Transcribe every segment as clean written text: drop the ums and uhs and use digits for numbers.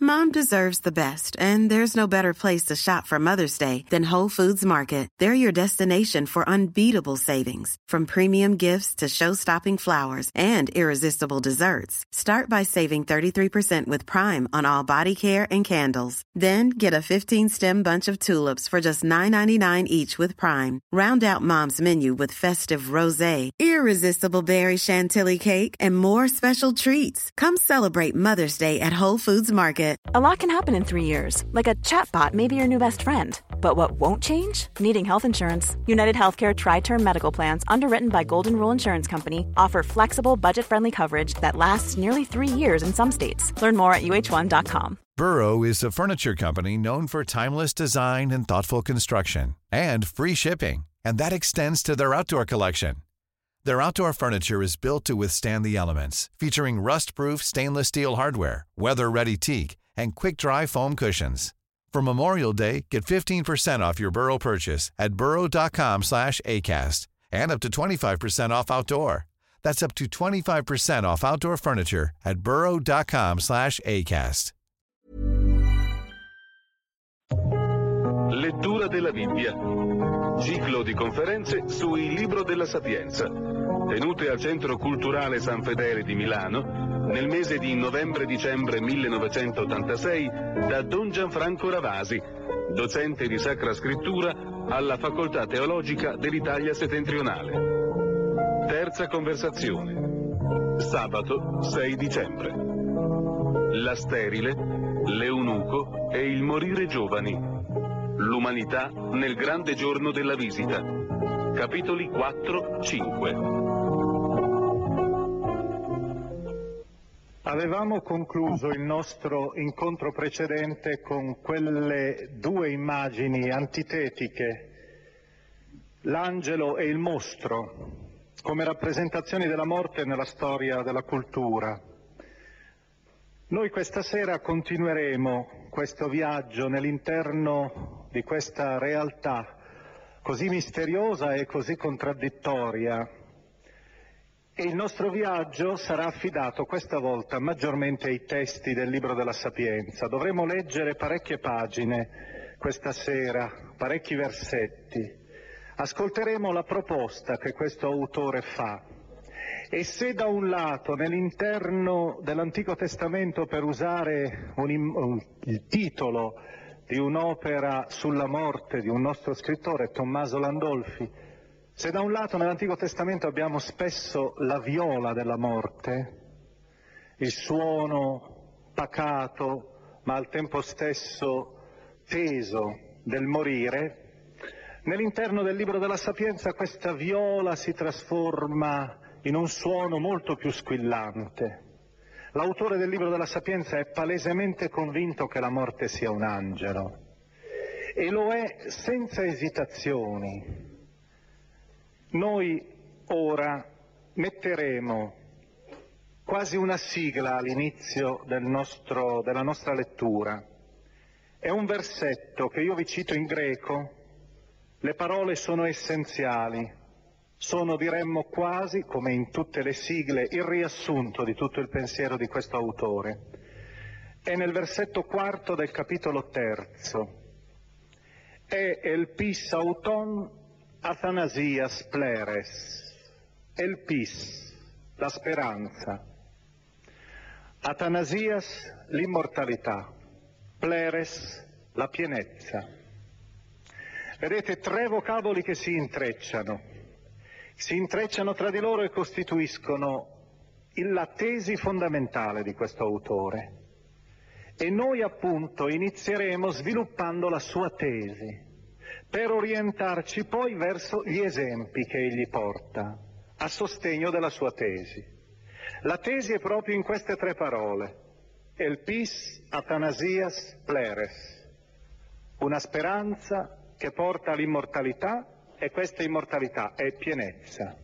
Mom deserves the best, and there's no better place to shop for Mother's Day than Whole Foods Market. They're your destination for unbeatable savings, from premium gifts to show-stopping flowers and irresistible desserts. Start by saving 33% with Prime on all body care and candles. Then get a 15-stem bunch of tulips for just $9.99 each with Prime. Round out Mom's menu with festive rosé, irresistible berry chantilly cake, and more special treats. Come celebrate Mother's Day at Whole Foods Market. A lot can happen in 3 years, like a chatbot may be your new best friend. But what won't change? Needing health insurance. United Healthcare Tri-Term Medical Plans, underwritten by Golden Rule Insurance Company, offer flexible, budget-friendly coverage that lasts nearly 3 years in some states. Learn more at uh1.com. Burrow is a furniture company known for timeless design and thoughtful construction, and free shipping, and that extends to their outdoor collection. Their outdoor furniture is built to withstand the elements, featuring rust-proof stainless steel hardware, weather-ready teak, and quick-dry foam cushions. For Memorial Day, get 15% off your Burrow purchase at burrow.com/ACAST and up to 25% off outdoor. That's up to 25% off outdoor furniture at burrow.com/ACAST. Lettura della Bibbia. Ciclo di conferenze su Il Libro della Sapienza, tenute al Centro Culturale San Fedele di Milano nel mese di novembre-dicembre 1986 da Don Gianfranco Ravasi, docente di Sacra Scrittura alla Facoltà Teologica dell'Italia Settentrionale. Terza conversazione. Sabato 6 dicembre. La sterile, l'eunuco e il morire giovani. L'umanità nel grande giorno della visita. Capitoli 4-5. Avevamo concluso il nostro incontro precedente con quelle due immagini antitetiche, l'angelo e il mostro, come rappresentazioni della morte nella storia della cultura. Noi questa sera continueremo questo viaggio nell'interno di questa realtà così misteriosa e così contraddittoria, e il nostro viaggio sarà affidato questa volta maggiormente ai testi del Libro della Sapienza. Dovremo leggere parecchie pagine questa sera, parecchi versetti. Ascolteremo la proposta che questo autore fa. E se da un lato nell'interno dell'Antico Testamento, per usare il titolo di un'opera sulla morte di un nostro scrittore, Tommaso Landolfi, se da un lato nell'Antico Testamento abbiamo spesso la viola della morte, il suono pacato ma al tempo stesso teso del morire, nell'interno del Libro della Sapienza questa viola si trasforma in un suono molto più squillante. L'autore del Libro della Sapienza è palesemente convinto che la morte sia un angelo, e lo è senza esitazioni. Noi ora metteremo quasi una sigla all'inizio della nostra lettura. È un versetto che io vi cito in greco, le parole sono essenziali, sono, diremmo quasi, come in tutte le sigle, il riassunto di tutto il pensiero di questo autore. È nel versetto 4 del capitolo 3. È elpis auton Athanasias pleres. Elpis, la speranza. Athanasias, l'immortalità. Pleres, la pienezza. Vedete, tre vocaboli che si intrecciano tra di loro e costituiscono la tesi fondamentale di questo autore. E noi appunto inizieremo sviluppando la sua tesi, per orientarci poi verso gli esempi che egli porta a sostegno della sua tesi. La tesi è proprio in queste tre parole: elpis, Athanasias, pleres. Una speranza che porta all'immortalità, e questa immortalità è pienezza.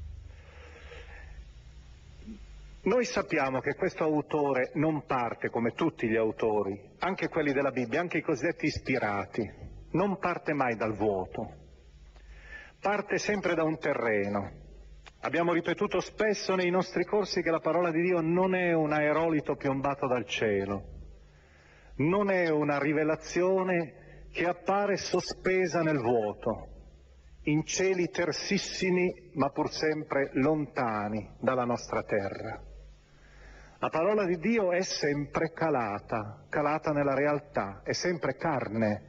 Noi sappiamo che questo autore non parte come tutti gli autori, anche quelli della Bibbia, anche i cosiddetti ispirati, non parte mai dal vuoto, parte sempre da un terreno. Abbiamo ripetuto spesso nei nostri corsi che la parola di Dio non è un aerolito piombato dal cielo, non è una rivelazione che appare sospesa nel vuoto, in cieli tersissimi ma pur sempre lontani dalla nostra terra. La parola di Dio è sempre calata nella realtà, è sempre carne.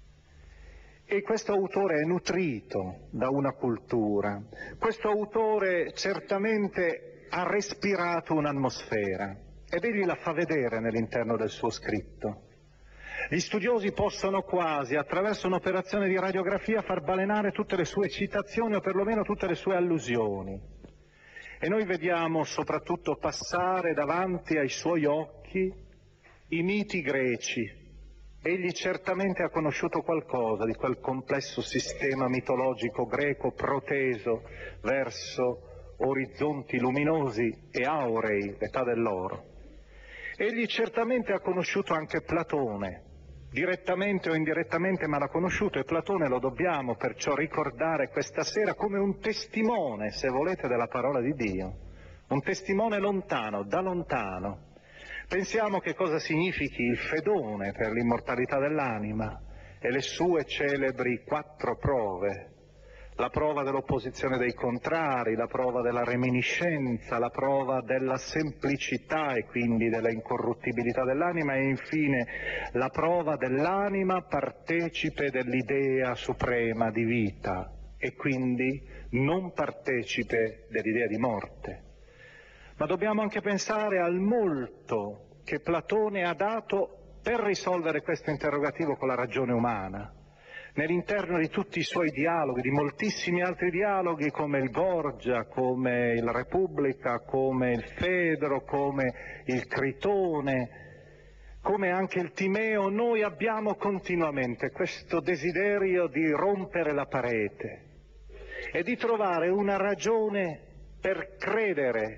E questo autore è nutrito da una cultura, questo autore certamente ha respirato un'atmosfera ed egli la fa vedere nell'interno del suo scritto. Gli studiosi possono quasi, attraverso un'operazione di radiografia, far balenare tutte le sue citazioni o perlomeno tutte le sue allusioni. E noi vediamo soprattutto passare davanti ai suoi occhi i miti greci. Egli certamente ha conosciuto qualcosa di quel complesso sistema mitologico greco proteso verso orizzonti luminosi e aurei, l'età dell'oro. Egli certamente ha conosciuto anche Platone, direttamente o indirettamente, ma l'ha conosciuto, e Platone lo dobbiamo perciò ricordare questa sera come un testimone, se volete, della parola di Dio, un testimone lontano, da lontano. Pensiamo che cosa significhi il Fedone per l'immortalità dell'anima e le sue celebri 4 prove. La prova dell'opposizione dei contrari, la prova della reminiscenza, la prova della semplicità e quindi della incorruttibilità dell'anima e infine la prova dell'anima partecipe dell'idea suprema di vita e quindi non partecipe dell'idea di morte. Ma dobbiamo anche pensare al molto che Platone ha dato per risolvere questo interrogativo con la ragione umana. Nell'interno di tutti i suoi dialoghi, di moltissimi altri dialoghi come il Gorgia, come il Repubblica, come il Fedro, come il Critone, come anche il Timeo, noi abbiamo continuamente questo desiderio di rompere la parete e di trovare una ragione per credere,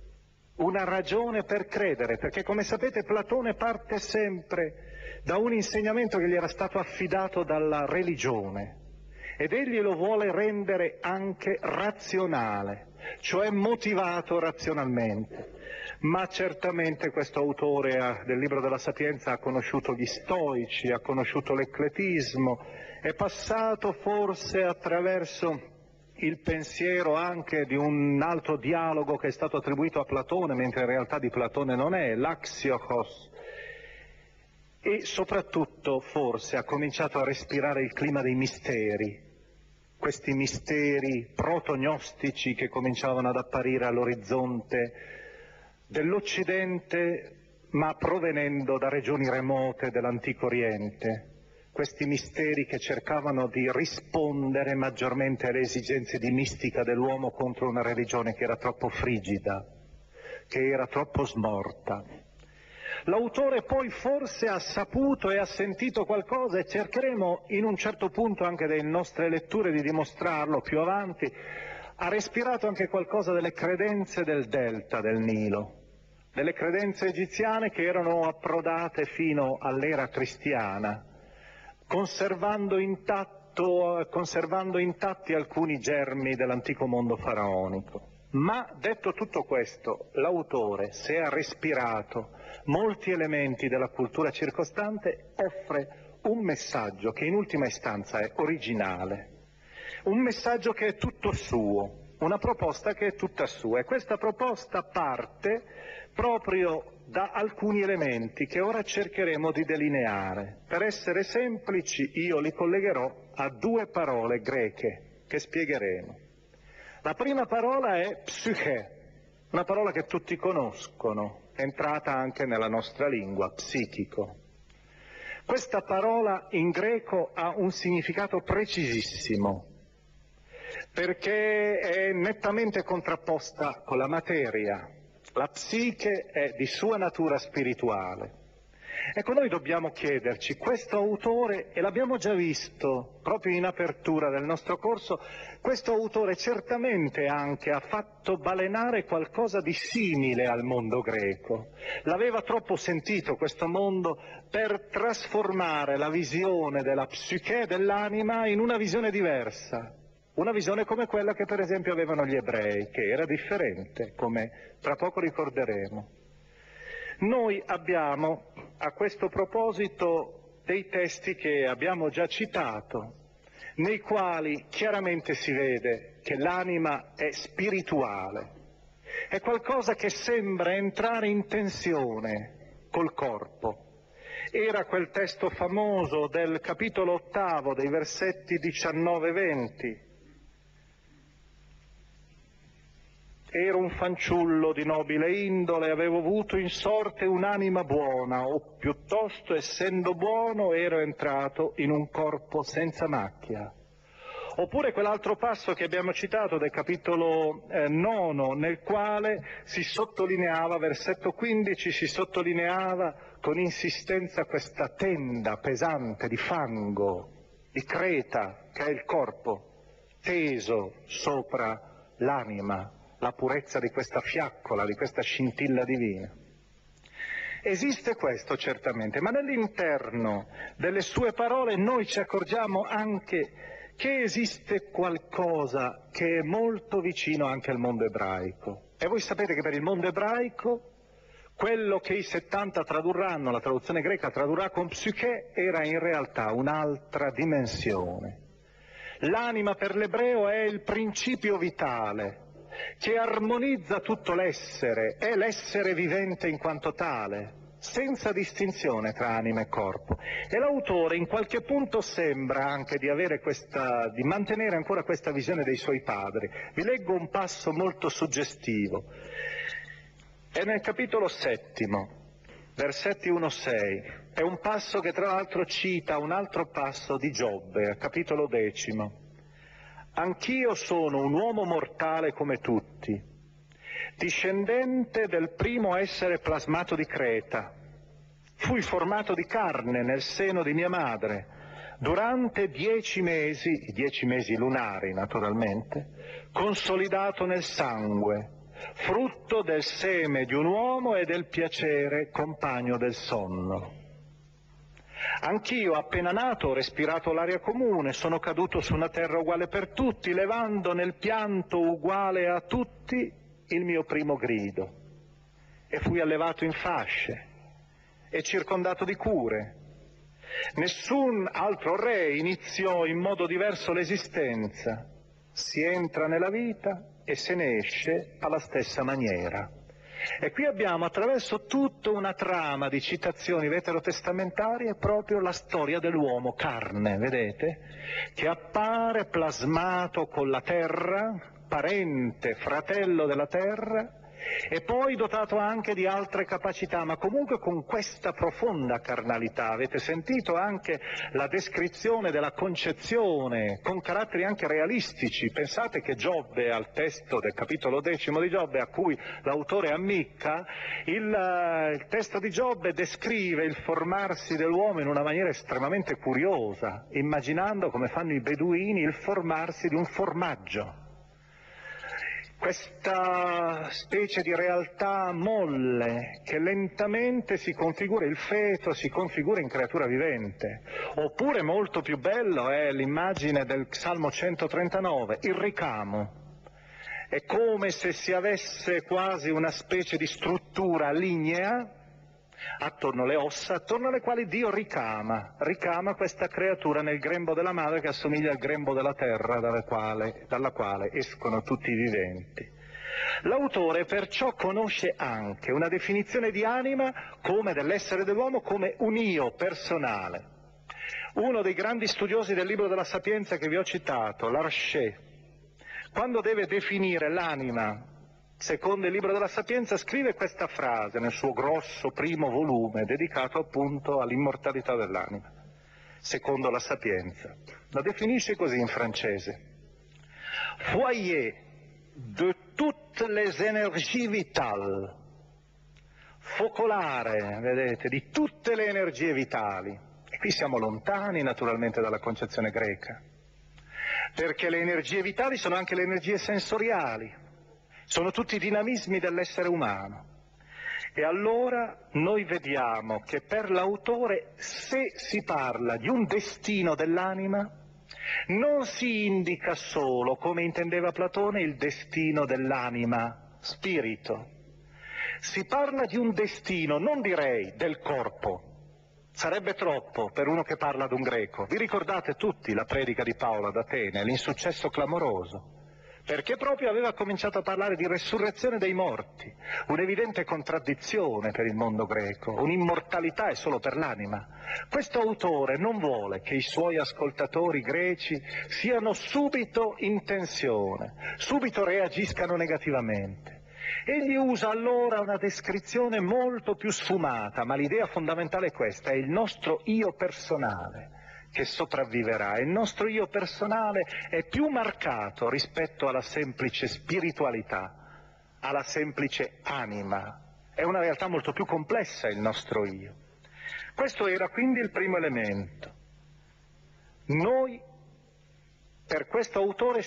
perché come sapete Platone parte sempre da un insegnamento che gli era stato affidato dalla religione ed egli lo vuole rendere anche razionale, cioè motivato razionalmente. Ma certamente questo autore del Libro della Sapienza ha conosciuto gli stoici, ha conosciuto l'ecletismo, è passato forse attraverso il pensiero anche di un altro dialogo che è stato attribuito a Platone, mentre in realtà di Platone non è, l'Axios, e soprattutto forse ha cominciato a respirare il clima dei misteri, questi misteri protognostici che cominciavano ad apparire all'orizzonte dell'Occidente, ma provenendo da regioni remote dell'Antico Oriente. Questi misteri che cercavano di rispondere maggiormente alle esigenze di mistica dell'uomo contro una religione che era troppo frigida, che era troppo smorta. L'autore poi forse ha saputo e ha sentito qualcosa, e cercheremo in un certo punto anche delle nostre letture di dimostrarlo più avanti. Ha respirato anche qualcosa delle credenze del delta del Nilo, delle credenze egiziane che erano approdate fino all'era cristiana, conservando intatti alcuni germi dell'antico mondo faraonico. Ma detto tutto questo, l'autore, se ha respirato molti elementi della cultura circostante, offre un messaggio che in ultima istanza è originale, un messaggio che è tutto suo, una proposta che è tutta sua, e questa proposta parte proprio da alcuni elementi che ora cercheremo di delineare. Per essere semplici io li collegherò a 2 parole greche che spiegheremo. La prima parola è psyche, una parola che tutti conoscono, è entrata anche nella nostra lingua, psichico. Questa parola in greco ha un significato precisissimo, perché è nettamente contrapposta con la materia. La psiche è di sua natura spirituale. Ecco, noi dobbiamo chiederci, questo autore, e l'abbiamo già visto proprio in apertura del nostro corso, questo autore certamente anche ha fatto balenare qualcosa di simile al mondo greco. L'aveva troppo sentito questo mondo per trasformare la visione della psiche, dell'anima, in una visione diversa. Una visione come quella che per esempio avevano gli ebrei, che era differente, come tra poco ricorderemo. Noi abbiamo a questo proposito dei testi che abbiamo già citato, nei quali chiaramente si vede che l'anima è spirituale, è qualcosa che sembra entrare in tensione col corpo. Era quel testo famoso del capitolo 8, dei versetti 19-20. Ero un fanciullo di nobile indole, avevo avuto in sorte un'anima buona, o piuttosto, essendo buono, ero entrato in un corpo senza macchia. Oppure quell'altro passo che abbiamo citato del capitolo 9, nel quale si sottolineava, versetto 15, si sottolineava con insistenza questa tenda pesante di fango, di creta, che è il corpo, teso sopra l'anima, la purezza di questa fiaccola, di questa scintilla divina. Esiste questo certamente, ma nell'interno delle sue parole noi ci accorgiamo anche che esiste qualcosa che è molto vicino anche al mondo ebraico. E voi sapete che per il mondo ebraico quello che i 70 tradurranno, la traduzione greca tradurrà con psiche, era in realtà un'altra dimensione. L'anima per l'ebreo è il principio vitale che armonizza tutto l'essere, è l'essere vivente in quanto tale, senza distinzione tra anima e corpo. E l'autore in qualche punto sembra anche di mantenere ancora questa visione dei suoi padri. Vi leggo un passo molto suggestivo. È nel capitolo 7, versetti 1-6. È un passo che tra l'altro cita un altro passo di Giobbe, al capitolo 10. Anch'io sono un uomo mortale come tutti, discendente del primo essere plasmato di Creta. Fui formato di carne nel seno di mia madre durante 10 mesi, i 10 mesi lunari naturalmente, consolidato nel sangue, frutto del seme di un uomo e del piacere compagno del sonno. Anch'io, appena nato, ho respirato l'aria comune, sono caduto su una terra uguale per tutti, levando nel pianto uguale a tutti il mio primo grido. E fui allevato in fasce e circondato di cure. Nessun altro re iniziò in modo diverso l'esistenza. Si entra nella vita e se ne esce alla stessa maniera. E qui abbiamo attraverso tutta una trama di citazioni veterotestamentarie proprio la storia dell'uomo carne, vedete? Che appare plasmato con la terra, parente, fratello della terra, e poi dotato anche di altre capacità, ma comunque con questa profonda carnalità. Avete sentito anche la descrizione della concezione, con caratteri anche realistici. Pensate che Giobbe, al testo del capitolo 10 di Giobbe, a cui l'autore ammicca, il testo di Giobbe descrive il formarsi dell'uomo in una maniera estremamente curiosa, immaginando, come fanno i beduini, il formarsi di un formaggio. Questa specie di realtà molle che lentamente si configura, il feto si configura in creatura vivente. Oppure molto più bello è l'immagine del Salmo 139, il ricamo. È come se si avesse quasi una specie di struttura lignea attorno alle ossa, attorno alle quali Dio ricama questa creatura nel grembo della madre che assomiglia al grembo della terra dalla quale escono tutti i viventi. L'autore perciò conosce anche una definizione di anima come dell'essere dell'uomo come un io personale. Uno dei grandi studiosi del libro della Sapienza che vi ho citato, Larcher, quando deve definire l'anima secondo il libro della Sapienza, scrive questa frase nel suo grosso primo volume dedicato appunto all'immortalità dell'anima, secondo la Sapienza. La definisce così in francese: foyer de toutes les énergies vitales, focolare, vedete, di tutte le energie vitali. E qui siamo lontani naturalmente dalla concezione greca, perché le energie vitali sono anche le energie sensoriali, sono tutti i dinamismi dell'essere umano. E allora noi vediamo che per l'autore, se si parla di un destino dell'anima, non si indica solo, come intendeva Platone, il destino dell'anima, spirito, Si parla di un destino, non direi del corpo. Sarebbe troppo per uno che parla ad un greco. Vi ricordate tutti la predica di Paolo ad Atene, l'insuccesso clamoroso? Perché proprio aveva cominciato a parlare di resurrezione dei morti, un'evidente contraddizione per il mondo greco, un'immortalità è solo per l'anima. Questo autore non vuole che i suoi ascoltatori greci siano subito in tensione, subito reagiscano negativamente. Egli usa allora una descrizione molto più sfumata, ma l'idea fondamentale è questa, è il nostro io personale che sopravviverà. Il nostro io personale è più marcato rispetto alla semplice spiritualità, alla semplice anima. È una realtà molto più complessa il nostro io. Questo era quindi il primo elemento. Noi, per questo autore,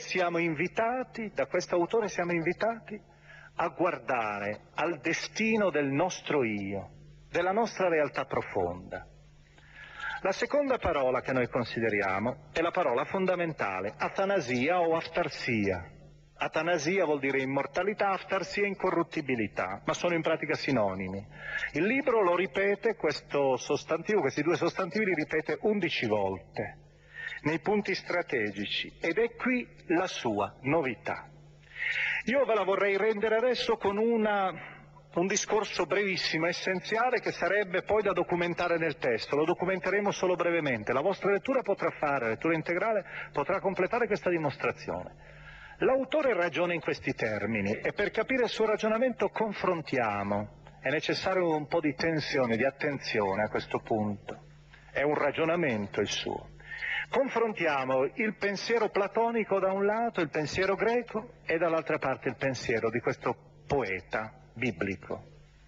da questo autore siamo invitati a guardare al destino del nostro io, della nostra realtà profonda. La seconda parola che noi consideriamo è la parola fondamentale, atanasia o aftarsia. Atanasia vuol dire immortalità, aftarsia incorruttibilità, ma sono in pratica sinonimi. Il libro lo ripete, questo sostantivo, questi due sostantivi li ripete 11 volte, nei punti strategici, ed è qui la sua novità. Io ve la vorrei rendere adesso con un discorso brevissimo, essenziale, che sarebbe poi da documentare nel testo. Lo documenteremo solo brevemente. La vostra lettura lettura integrale, potrà completare questa dimostrazione. L'autore ragiona in questi termini e per capire il suo ragionamento confrontiamo. È necessario un po' di tensione, di attenzione a questo punto. È un ragionamento il suo. Confrontiamo il pensiero platonico da un lato, il pensiero greco, e dall'altra parte il pensiero di questo poeta biblico.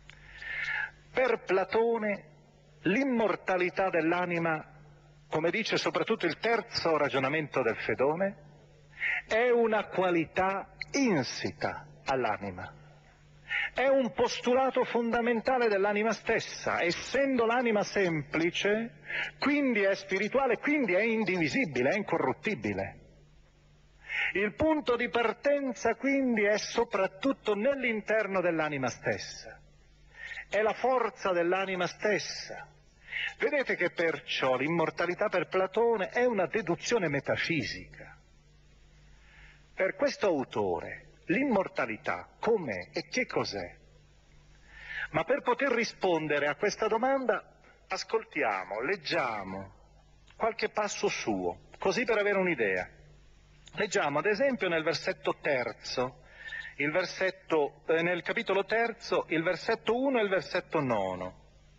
Per Platone l'immortalità dell'anima, come dice soprattutto il terzo ragionamento del Fedone, è una qualità insita all'anima. È un postulato fondamentale dell'anima stessa, essendo l'anima semplice, quindi è spirituale, quindi è indivisibile, è incorruttibile. Il punto di partenza quindi è soprattutto nell'interno dell'anima stessa, è la forza dell'anima stessa. Vedete che perciò l'immortalità per Platone è una deduzione metafisica. Per questo autore l'immortalità com'è e che cos'è? Ma per poter rispondere a questa domanda ascoltiamo, leggiamo qualche passo suo, così per avere un'idea. Leggiamo ad esempio nel versetto terzo, nel capitolo terzo, il versetto 1 e il versetto 9.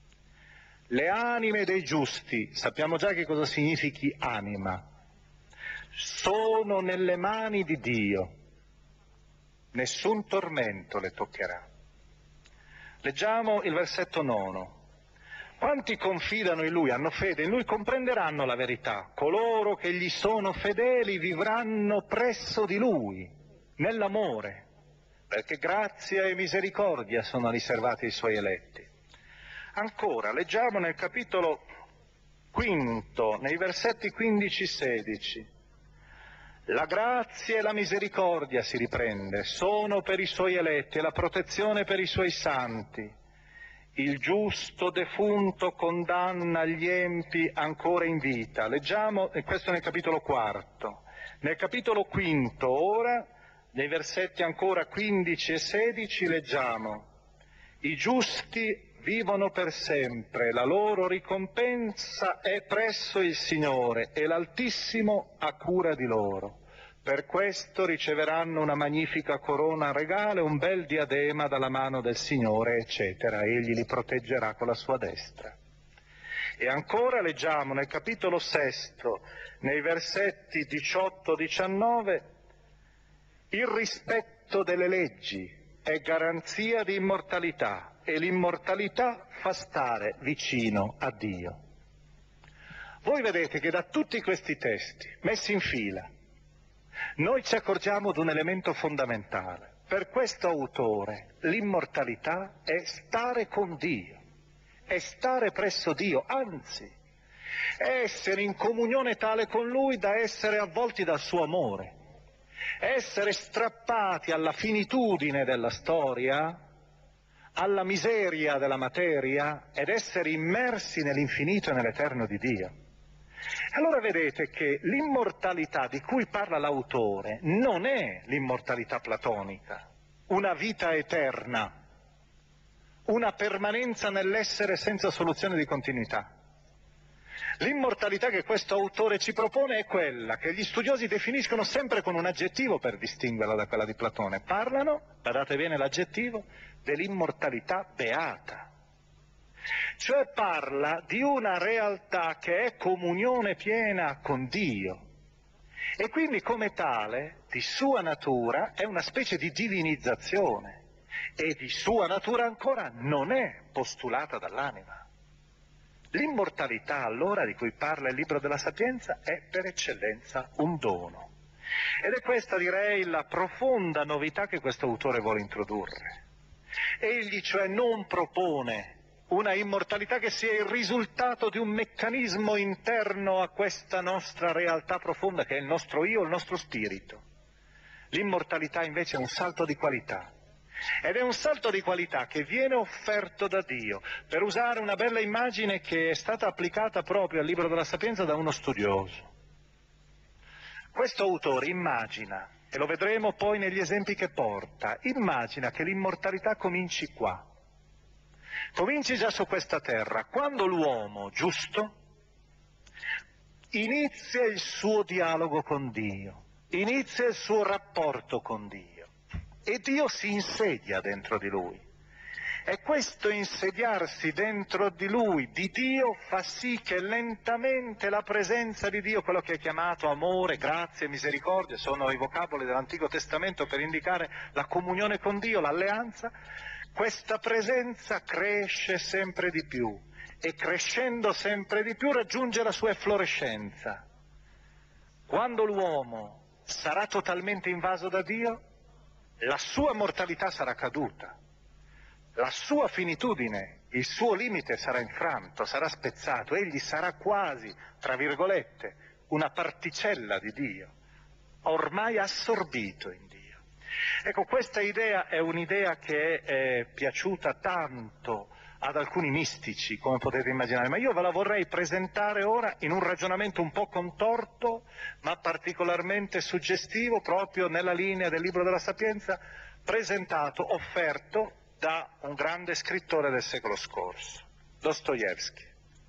Le anime dei giusti, sappiamo già che cosa significhi anima, sono nelle mani di Dio, nessun tormento le toccherà. Leggiamo il versetto 9. Quanti confidano in Lui, hanno fede in Lui, comprenderanno la verità. Coloro che gli sono fedeli vivranno presso di Lui, nell'amore, perché grazia e misericordia sono riservati ai Suoi eletti. Ancora, leggiamo nel capitolo quinto, nei versetti 15-16. La grazia e la misericordia, si riprende, sono per i Suoi eletti e la protezione per i Suoi santi. Il giusto defunto condanna gli empi ancora in vita. Leggiamo, e questo nel capitolo quarto. Nel capitolo quinto, ora, nei versetti ancora 15 e 16, leggiamo: i giusti vivono per sempre, la loro ricompensa è presso il Signore e l'Altissimo ha cura di loro. Per questo riceveranno una magnifica corona regale, un bel diadema dalla mano del Signore, eccetera. Egli li proteggerà con la sua destra. E ancora leggiamo nel capitolo sesto, nei versetti 18-19, il rispetto delle leggi è garanzia di immortalità e l'immortalità fa stare vicino a Dio. Voi vedete che da tutti questi testi, messi in fila, noi ci accorgiamo di un elemento fondamentale. Per questo autore l'immortalità è stare con Dio, è stare presso Dio, anzi, è essere in comunione tale con Lui da essere avvolti dal suo amore, essere strappati alla finitudine della storia, alla miseria della materia ed essere immersi nell'infinito e nell'eterno di Dio. Allora vedete che l'immortalità di cui parla l'autore non è l'immortalità platonica, una vita eterna, una permanenza nell'essere senza soluzione di continuità. L'immortalità che questo autore ci propone è quella che gli studiosi definiscono sempre con un aggettivo per distinguerla da quella di Platone. Parlano, badate bene l'aggettivo, dell'immortalità beata. Cioè parla di una realtà che è comunione piena con Dio e quindi come tale, di sua natura, è una specie di divinizzazione e di sua natura ancora non è postulata dall'anima. L'immortalità allora di cui parla il libro della Sapienza è per eccellenza un dono. Ed è questa, direi, la profonda novità che questo autore vuole introdurre. Egli cioè non propone una immortalità che sia il risultato di un meccanismo interno a questa nostra realtà profonda che è il nostro io, il nostro spirito. L'immortalità invece è un salto di qualità. Ed è un salto di qualità che viene offerto da Dio, per usare una bella immagine che è stata applicata proprio al libro della Sapienza da uno studioso. Questo autore immagina, e lo vedremo poi negli esempi che porta, immagina che l'immortalità cominci qua, cominci già su questa terra, quando l'uomo giusto inizia il suo dialogo con Dio, inizia il suo rapporto con Dio. E Dio si insedia dentro di lui. E questo insediarsi dentro di lui, di Dio, fa sì che lentamente la presenza di Dio, quello che è chiamato amore, grazia e misericordia, sono i vocaboli dell'Antico Testamento per indicare la comunione con Dio, l'alleanza, questa presenza cresce sempre di più e crescendo sempre di più raggiunge la sua efflorescenza. Quando l'uomo sarà totalmente invaso da Dio, la sua mortalità sarà caduta, la sua finitudine, il suo limite sarà infranto, sarà spezzato, egli sarà quasi, tra virgolette, una particella di Dio, ormai assorbito in Dio. Ecco, questa idea è un'idea che è piaciuta tanto ad alcuni mistici, come potete immaginare, ma io ve la vorrei presentare ora in un ragionamento un po' contorto, ma particolarmente suggestivo, proprio nella linea del libro della Sapienza, presentato, offerto da un grande scrittore del secolo scorso, Dostoevskij.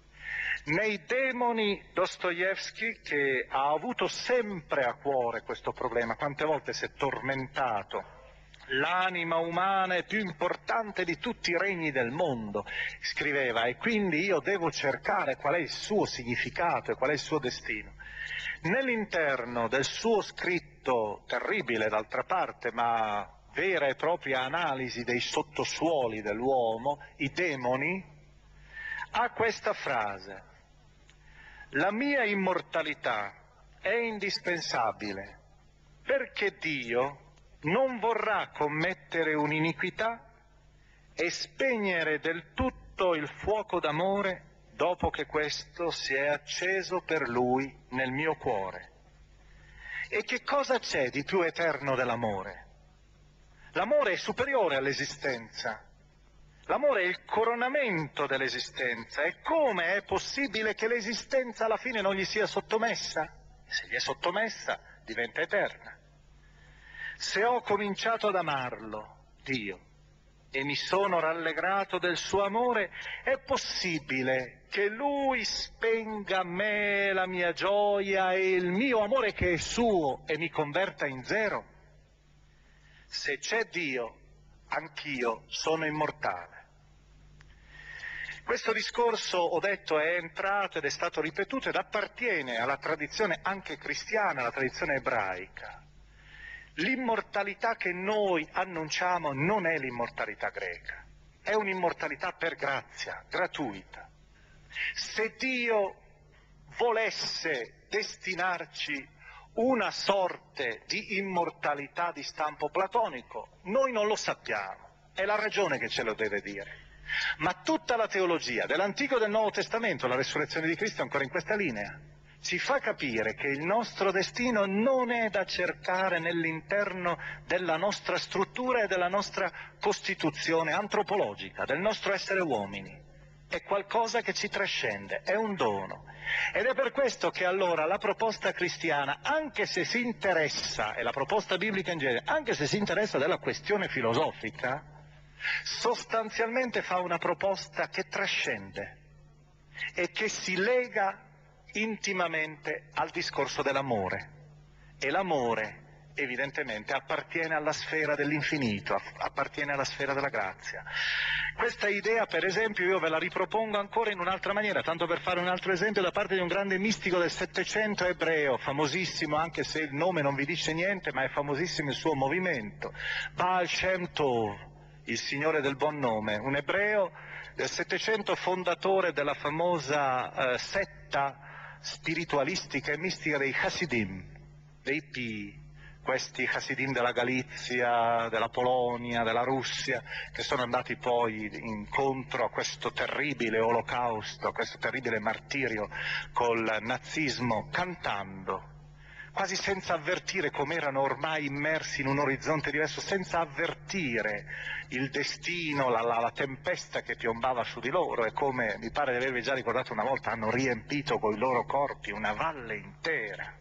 Nei Demoni, Dostoevskij, che ha avuto sempre a cuore questo problema, quante volte si è tormentato, l'anima umana è più importante di tutti i regni del mondo, scriveva, e quindi io devo cercare qual è il suo significato e qual è il suo destino. Nell'interno del suo scritto, terribile d'altra parte, ma vera e propria analisi dei sottosuoli dell'uomo, i demoni, ha questa frase: la mia immortalità è indispensabile perché Dio non vorrà commettere un'iniquità e spegnere del tutto il fuoco d'amore dopo che questo si è acceso per lui nel mio cuore. E che cosa c'è di più eterno dell'amore? L'amore è superiore all'esistenza. L'amore è il coronamento dell'esistenza. E come è possibile che l'esistenza alla fine non gli sia sottomessa? Se gli è sottomessa, diventa eterna. Se ho cominciato ad amarlo, Dio, e mi sono rallegrato del suo amore, è possibile che Lui spenga me la mia gioia e il mio amore che è suo e mi converta in zero? Se c'è Dio, anch'io sono immortale. Questo discorso, ho detto, è entrato ed è stato ripetuto ed appartiene alla tradizione anche cristiana, alla tradizione ebraica. L'immortalità che noi annunciamo non è l'immortalità greca, è un'immortalità per grazia, gratuita. Se Dio volesse destinarci una sorte di immortalità di stampo platonico, noi non lo sappiamo, è la ragione che ce lo deve dire. Ma tutta la teologia dell'Antico e del Nuovo Testamento, la resurrezione di Cristo è ancora in questa linea. ci fa capire che il nostro destino non è da cercare nell'interno della nostra struttura e della nostra costituzione antropologica, del nostro essere uomini. È qualcosa che ci trascende, è un dono. Ed è per questo che allora la proposta cristiana, anche se si interessa, e la proposta biblica in genere, anche se si interessa della questione filosofica, sostanzialmente fa una proposta che trascende e che si lega intimamente al discorso dell'amore. E l'amore evidentemente appartiene alla sfera dell'infinito, appartiene alla sfera della grazia. Questa idea, per esempio, io ve la ripropongo ancora in un'altra maniera, tanto per fare un altro esempio, da parte di un grande mistico del Settecento ebreo, famosissimo, anche se il nome non vi dice niente, ma è famosissimo il suo movimento, Baal Shem Tov, il Signore del buon nome, un ebreo del Settecento, fondatore della famosa setta spiritualistica e mistica dei Hasidim, dei Pii, questi Hasidim della Galizia, della Polonia, della Russia, che sono andati poi incontro a questo terribile olocausto, a questo terribile martirio col nazismo, cantando, quasi senza avvertire come erano ormai immersi in un orizzonte diverso, senza avvertire il destino, la tempesta che piombava su di loro, e come mi pare di avervi già ricordato una volta, hanno riempito coi loro corpi una valle intera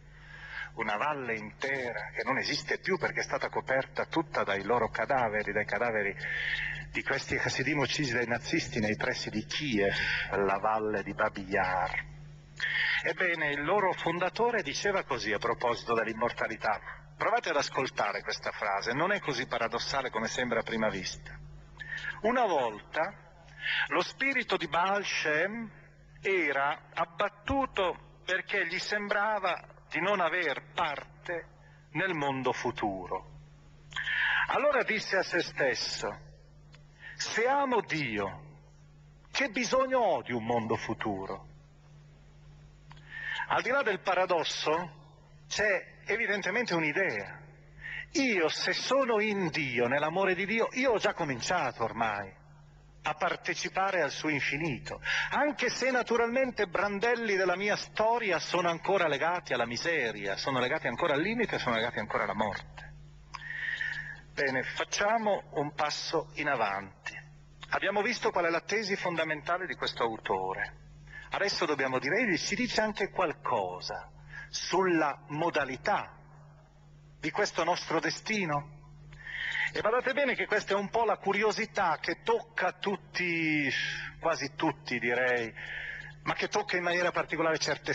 che non esiste più perché è stata coperta tutta dai loro cadaveri, dai cadaveri di questi Hasidim uccisi dai nazisti nei pressi di Kiev, la valle di Babi Yar. Ebbene, il loro fondatore diceva così a proposito dell'immortalità. Provate ad ascoltare questa frase, non è così paradossale come sembra a prima vista. Una volta lo spirito di Baal Shem era abbattuto perché gli sembrava di non aver parte nel mondo futuro. Allora disse a se stesso: se amo Dio, che bisogno ho di un mondo futuro? Al di là del paradosso c'è evidentemente un'idea. Io, se sono in Dio, nell'amore di Dio, io ho già cominciato ormai a partecipare al suo infinito, anche se naturalmente brandelli della mia storia sono ancora legati alla miseria, sono legati ancora al limite, sono legati ancora alla morte. Bene, facciamo un passo in avanti. Abbiamo visto qual è la tesi fondamentale di questo autore. Adesso dobbiamo dire, egli ci dice anche qualcosa sulla modalità di questo nostro destino. E badate bene che questa è un po' la curiosità che tocca tutti, quasi tutti direi, ma che tocca in maniera particolare certe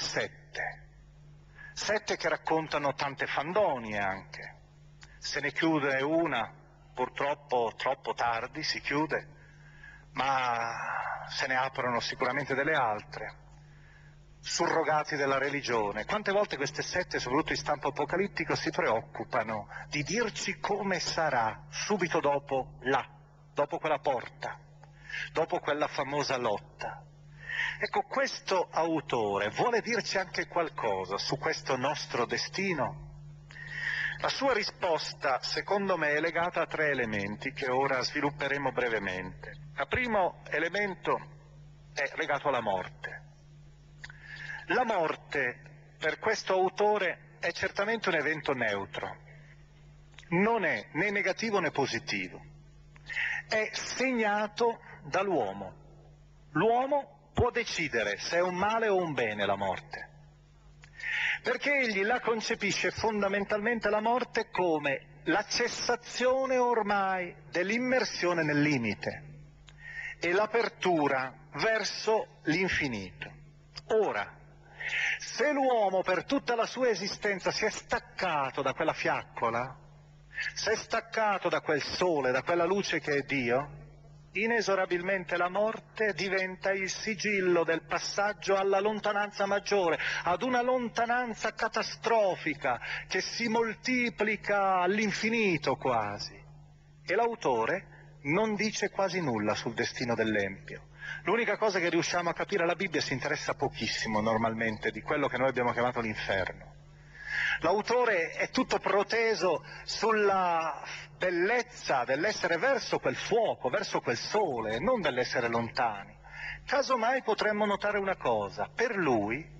sette che raccontano tante fandonie anche. Se ne chiude una, purtroppo troppo tardi si chiude, ma se ne aprono sicuramente delle altre, surrogati della religione. Quante volte queste sette, soprattutto in stampo apocalittico, si preoccupano di dirci come sarà subito dopo dopo quella porta, dopo quella famosa lotta. Ecco, questo autore vuole dirci anche qualcosa su questo nostro destino. La sua risposta, secondo me, è legata a tre elementi che ora svilupperemo brevemente. Il primo elemento è legato alla morte. La morte, per questo autore, è certamente un evento neutro. Non è né negativo né positivo. È segnato dall'uomo. L'uomo può decidere se è un male o un bene la morte, perché egli la concepisce fondamentalmente la morte come la cessazione ormai dell'immersione nel limite e l'apertura verso l'infinito. Ora, se l'uomo per tutta la sua esistenza si è staccato da quella fiaccola, si è staccato da quel sole, da quella luce che è Dio, inesorabilmente la morte diventa il sigillo del passaggio alla lontananza maggiore, ad una lontananza catastrofica che si moltiplica all'infinito quasi. E l'autore non dice quasi nulla sul destino dell'empio. L'unica cosa che riusciamo a capire, la Bibbia si interessa pochissimo normalmente di quello che noi abbiamo chiamato l'inferno. L'autore è tutto proteso sulla bellezza dell'essere verso quel fuoco, verso quel sole, non dell'essere lontani. Casomai potremmo notare una cosa: per lui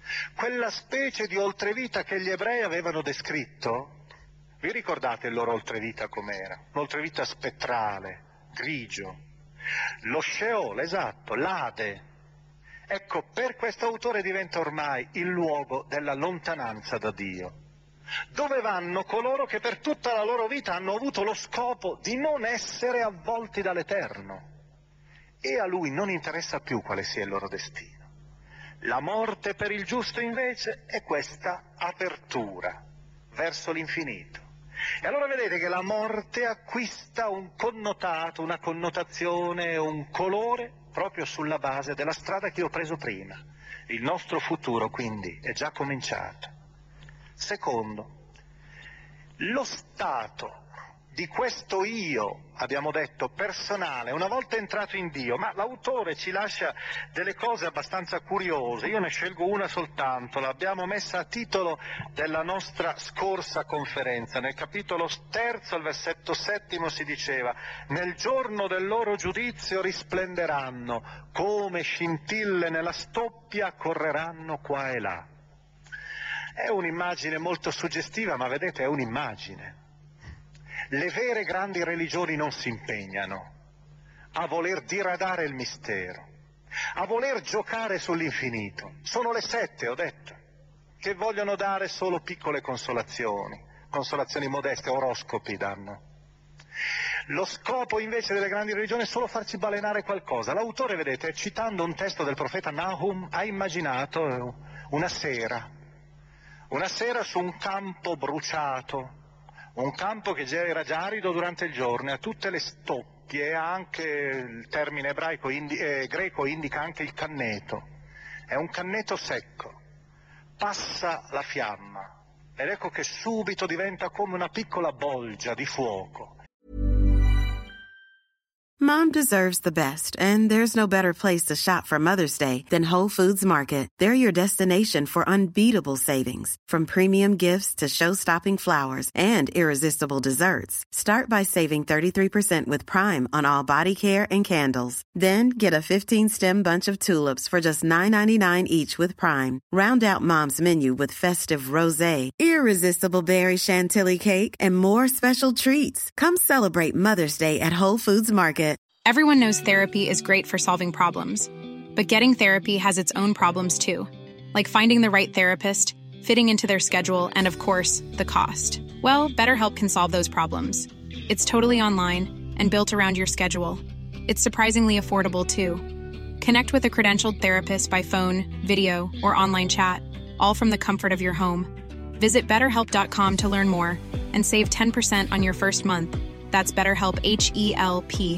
Quella specie di oltrevita che gli ebrei avevano descritto, vi ricordate il loro oltrevita com'era? Un'oltrevita spettrale, grigio, lo Sheol, esatto, l'Ade. Ecco, per questo autore diventa ormai il luogo della lontananza da Dio, dove vanno coloro che per tutta la loro vita hanno avuto lo scopo di non essere avvolti dall'Eterno. E a lui non interessa più quale sia il loro destino. La morte per il giusto invece è questa apertura verso l'infinito. E allora vedete che la morte acquista un connotato, una connotazione, un colore proprio sulla base della strada che ho preso prima. Il nostro futuro quindi è già cominciato. Secondo, lo stato di questo io, abbiamo detto, personale, una volta entrato in Dio, ma l'autore ci lascia delle cose abbastanza curiose, io ne scelgo una soltanto, l'abbiamo messa a titolo della nostra scorsa conferenza, nel capitolo 3, al versetto 7 si diceva: nel giorno del loro giudizio risplenderanno, come scintille nella stoppia correranno qua e là. È un'immagine molto suggestiva, ma vedete, è un'immagine. Le vere grandi religioni non si impegnano a voler diradare il mistero, a voler giocare sull'infinito. Sono le sette, ho detto, che vogliono dare solo piccole consolazioni modeste, oroscopi danno. Lo scopo invece delle grandi religioni è solo farci balenare qualcosa. L'autore, vedete, citando un testo del profeta Nahum, ha immaginato una sera su un campo bruciato, un campo che già era già arido durante il giorno, a tutte le stoppie, anche il termine greco indica anche il canneto, è un canneto secco, passa la fiamma ed ecco che subito diventa come una piccola bolgia di fuoco. Mom deserves the best, and there's no better place to shop for Mother's Day than Whole Foods Market. They're your destination for unbeatable savings, from premium gifts to show-stopping flowers and irresistible desserts. Start by saving 33% with Prime on all body care and candles. Then get a 15-stem bunch of tulips for just $9.99 each with Prime. Round out Mom's menu with festive rosé, irresistible berry chantilly cake, and more special treats. Come celebrate Mother's Day at Whole Foods Market. Everyone knows therapy is great for solving problems, but getting therapy has its own problems too, like finding the right therapist, fitting into their schedule, and of course, the cost. Well, BetterHelp can solve those problems. It's totally online and built around your schedule. It's surprisingly affordable too. Connect with a credentialed therapist by phone, video, or online chat, all from the comfort of your home. Visit BetterHelp.com to learn more and save 10% on your first month. That's BetterHelp, H-E-L-P.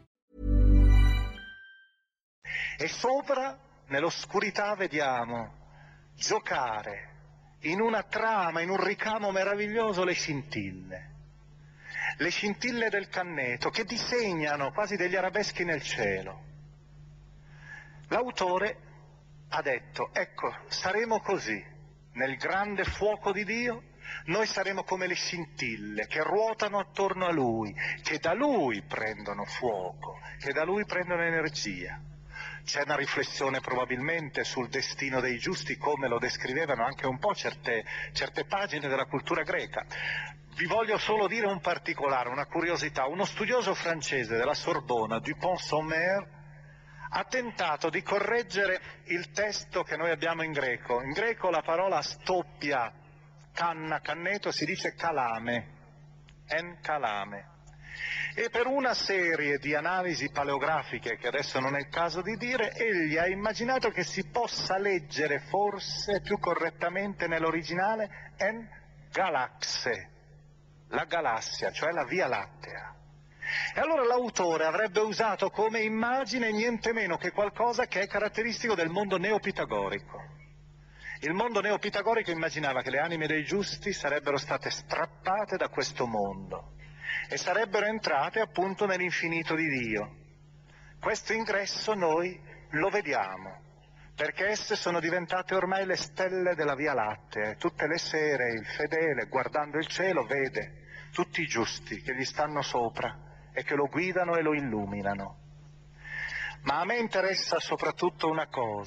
E sopra, nell'oscurità, vediamo giocare in una trama, in un ricamo meraviglioso, le scintille del canneto che disegnano quasi degli arabeschi nel cielo. L'autore ha detto: ecco, saremo così, nel grande fuoco di Dio, noi saremo come le scintille che ruotano attorno a Lui, che da Lui prendono fuoco, che da Lui prendono energia. C'è una riflessione probabilmente sul destino dei giusti, come lo descrivevano anche un po' certe pagine della cultura greca. Vi voglio solo dire un particolare, una curiosità. Uno studioso francese della Sorbona, Dupont-Sommer, ha tentato di correggere il testo che noi abbiamo in greco. In greco la parola stoppia, canneto, si dice calame, en calame. E per una serie di analisi paleografiche, che adesso non è il caso di dire, egli ha immaginato che si possa leggere forse più correttamente nell'originale en galaxe, la galassia, cioè la Via Lattea. E allora l'autore avrebbe usato come immagine niente meno che qualcosa che è caratteristico del mondo neopitagorico. Il mondo neopitagorico immaginava che le anime dei giusti sarebbero state strappate da questo mondo e sarebbero entrate appunto nell'infinito di Dio. Questo ingresso noi lo vediamo, perché esse sono diventate ormai le stelle della Via Lattea, e tutte le sere il fedele, guardando il cielo, vede tutti i giusti che gli stanno sopra e che lo guidano e lo illuminano. Ma a me interessa soprattutto una cosa,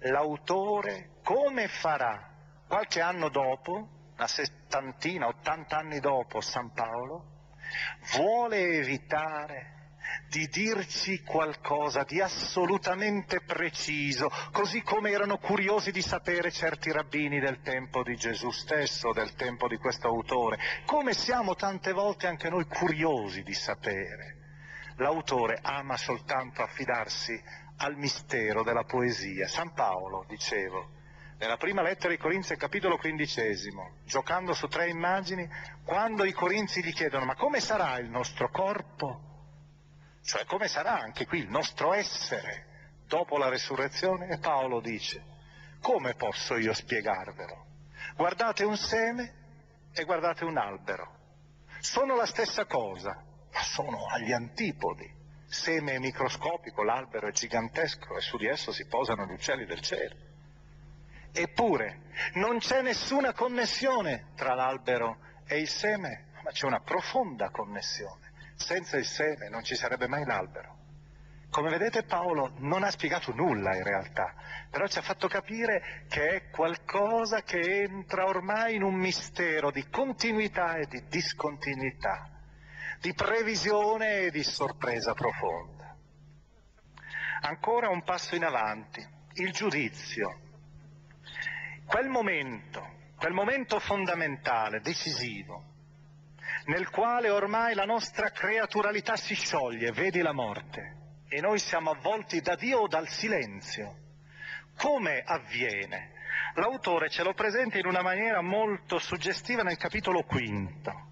l'autore come farà? Qualche anno dopo, una 70, 80 anni dopo San Paolo, vuole evitare di dirci qualcosa di assolutamente preciso, così come erano curiosi di sapere certi rabbini del tempo di Gesù stesso, del tempo di questo autore, come siamo tante volte anche noi curiosi di sapere. L'autore ama soltanto affidarsi al mistero della poesia. San Paolo, dicevo, nella prima lettera ai Corinzi, capitolo 15, giocando su 3 immagini, quando i Corinzi gli chiedono ma come sarà il nostro corpo? Cioè come sarà anche qui il nostro essere dopo la resurrezione? E Paolo dice, come posso io spiegarvelo? Guardate un seme e guardate un albero. Sono la stessa cosa, ma sono agli antipodi. Seme è microscopico, l'albero è gigantesco e su di esso si posano gli uccelli del cielo. Eppure non c'è nessuna connessione tra l'albero e il seme, ma c'è una profonda connessione. Senza il seme non ci sarebbe mai l'albero. Come vedete Paolo non ha spiegato nulla in realtà, però ci ha fatto capire che è qualcosa che entra ormai in un mistero di continuità e di discontinuità, di previsione e di sorpresa profonda. Ancora un passo in avanti, il giudizio. Quel momento fondamentale, decisivo, nel quale ormai la nostra creaturalità si scioglie, vedi la morte, e noi siamo avvolti da Dio o dal silenzio. Come avviene? L'autore ce lo presenta in una maniera molto suggestiva nel capitolo 5.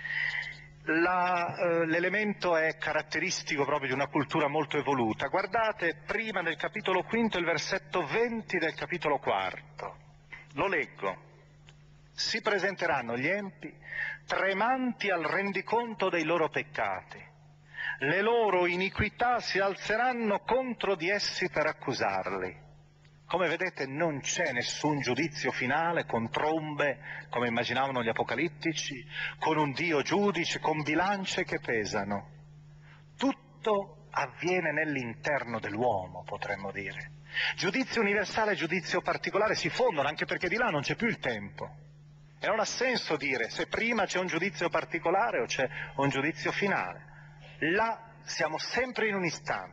L'elemento è caratteristico proprio di una cultura molto evoluta. Guardate prima del capitolo 5 il versetto 20 del capitolo 4. Lo leggo. Si presenteranno gli empi tremanti al rendiconto dei loro peccati. Le loro iniquità si alzeranno contro di essi per accusarli. Come vedete non c'è nessun giudizio finale con trombe, come immaginavano gli apocalittici, con un Dio giudice, con bilance che pesano. Tutto avviene nell'interno dell'uomo, potremmo dire. Giudizio universale e giudizio particolare si fondono, anche perché di là non c'è più il tempo. E non ha senso dire se prima c'è un giudizio particolare o c'è un giudizio finale. Là siamo sempre in un istante.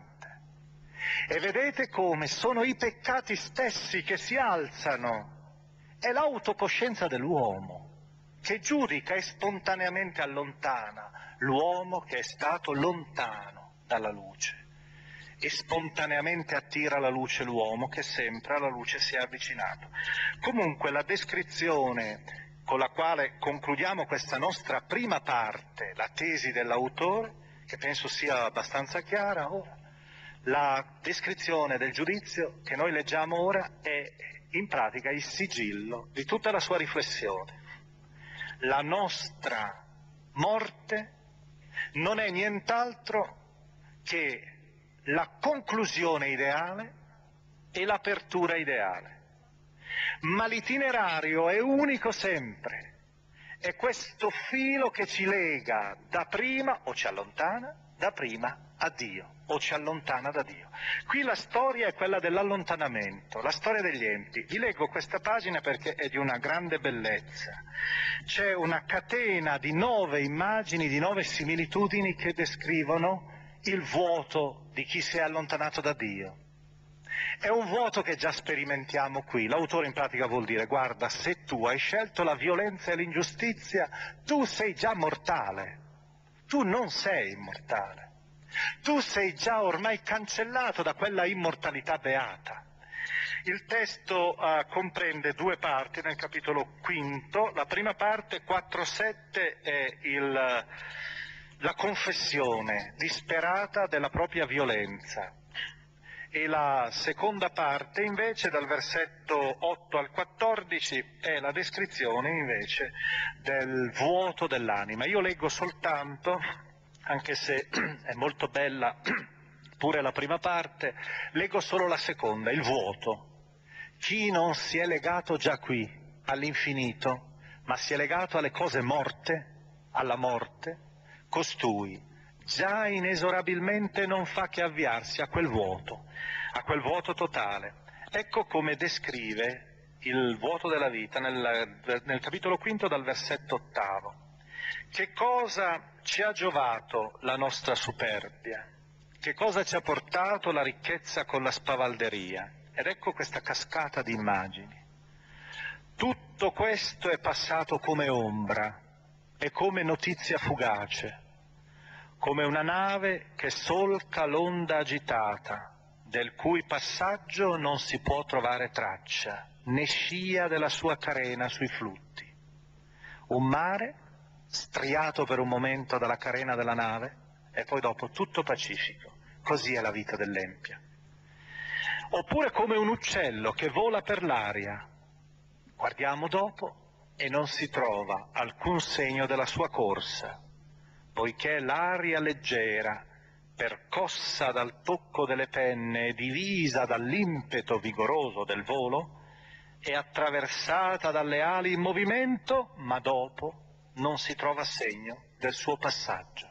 E vedete come sono i peccati stessi che si alzano. È l'autocoscienza dell'uomo che giudica e spontaneamente allontana l'uomo che è stato lontano dalla luce. E spontaneamente attira alla luce l'uomo che sempre alla luce si è avvicinato. Comunque la descrizione con la quale concludiamo questa nostra prima parte, la tesi dell'autore, che penso sia abbastanza chiara ora, la descrizione del giudizio che noi leggiamo ora è in pratica il sigillo di tutta la sua riflessione. La nostra morte non è nient'altro che la conclusione ideale e l'apertura ideale. Ma l'itinerario è unico sempre. È questo filo che ci lega da prima o ci allontana da prima a Dio o ci allontana da Dio. Qui la storia è quella dell'allontanamento, la storia degli empi. Vi leggo questa pagina perché è di una grande bellezza. C'è una catena di 9 immagini, di 9 similitudini che descrivono il vuoto di chi si è allontanato da Dio. È un vuoto che già sperimentiamo qui. L'autore in pratica vuol dire, guarda, se tu hai scelto la violenza e l'ingiustizia, tu sei già mortale. Tu non sei immortale. Tu sei già ormai cancellato da quella immortalità beata. Il testo comprende 2 parti nel capitolo 5. La prima parte, 4-7, è la confessione disperata della propria violenza. E la seconda parte invece, dal versetto 8 al 14, è la descrizione invece del vuoto dell'anima. Io leggo soltanto, anche se è molto bella pure la prima parte, leggo solo la seconda, il vuoto. Chi non si è legato già qui all'infinito, ma si è legato alle cose morte, alla morte, costui già inesorabilmente non fa che avviarsi a quel vuoto totale. Ecco come descrive il vuoto della vita nel capitolo 5 dal versetto 8. Che cosa ci ha giovato la nostra superbia? Che cosa ci ha portato la ricchezza con la spavalderia? Ed ecco questa cascata di immagini. Tutto questo è passato come ombra e come notizia fugace, come una nave che solca l'onda agitata, del cui passaggio non si può trovare traccia, né scia della sua carena sui flutti. Un mare striato per un momento dalla carena della nave e poi dopo tutto pacifico. Così è la vita dell'empia. Oppure come un uccello che vola per l'aria. Guardiamo dopo e non si trova alcun segno della sua corsa, poiché l'aria leggera, percossa dal tocco delle penne e divisa dall'impeto vigoroso del volo, è attraversata dalle ali in movimento, ma dopo non si trova segno del suo passaggio.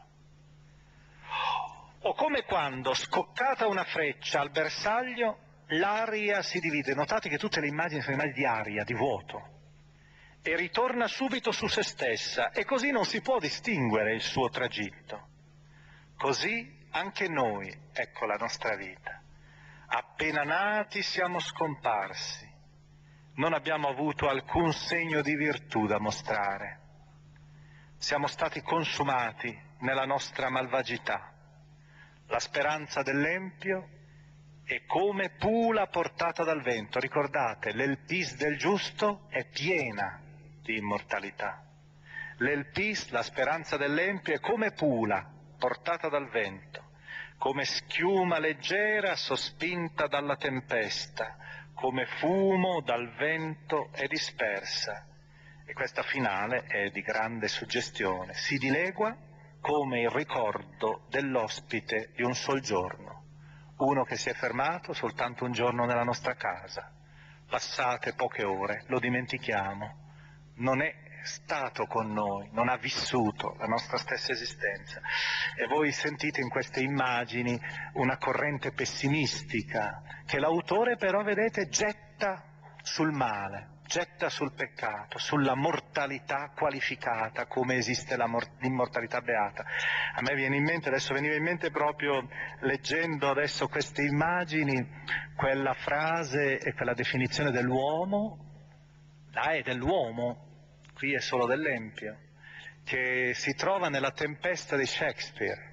O come quando, scoccata una freccia al bersaglio, l'aria si divide. Notate che tutte le immagini sono immagini di aria, di vuoto, e ritorna subito su se stessa, e così non si può distinguere il suo tragitto. Così anche noi, ecco la nostra vita. Appena nati siamo scomparsi, non abbiamo avuto alcun segno di virtù da mostrare. Siamo stati consumati nella nostra malvagità. La speranza dell'empio è come pula portata dal vento. Ricordate, l'elpis del giusto è piena di immortalità. L'elpis, la speranza dell'empio, è come pula portata dal vento, come schiuma leggera sospinta dalla tempesta, come fumo dal vento è dispersa. E questa finale è di grande suggestione. Si dilegua come il ricordo dell'ospite di un sol giorno, uno che si è fermato soltanto un giorno nella nostra casa. Passate poche ore, lo dimentichiamo, non è stato con noi, non ha vissuto la nostra stessa esistenza. E voi sentite in queste immagini una corrente pessimistica che l'autore però, vedete, getta sul male, getta sul peccato, sulla mortalità qualificata, come esiste l'immortalità beata. A me viene in mente, adesso veniva in mente proprio leggendo adesso queste immagini, quella frase e quella definizione dell'uomo, è dell'uomo, qui è solo dell'empio, che si trova nella Tempesta di Shakespeare,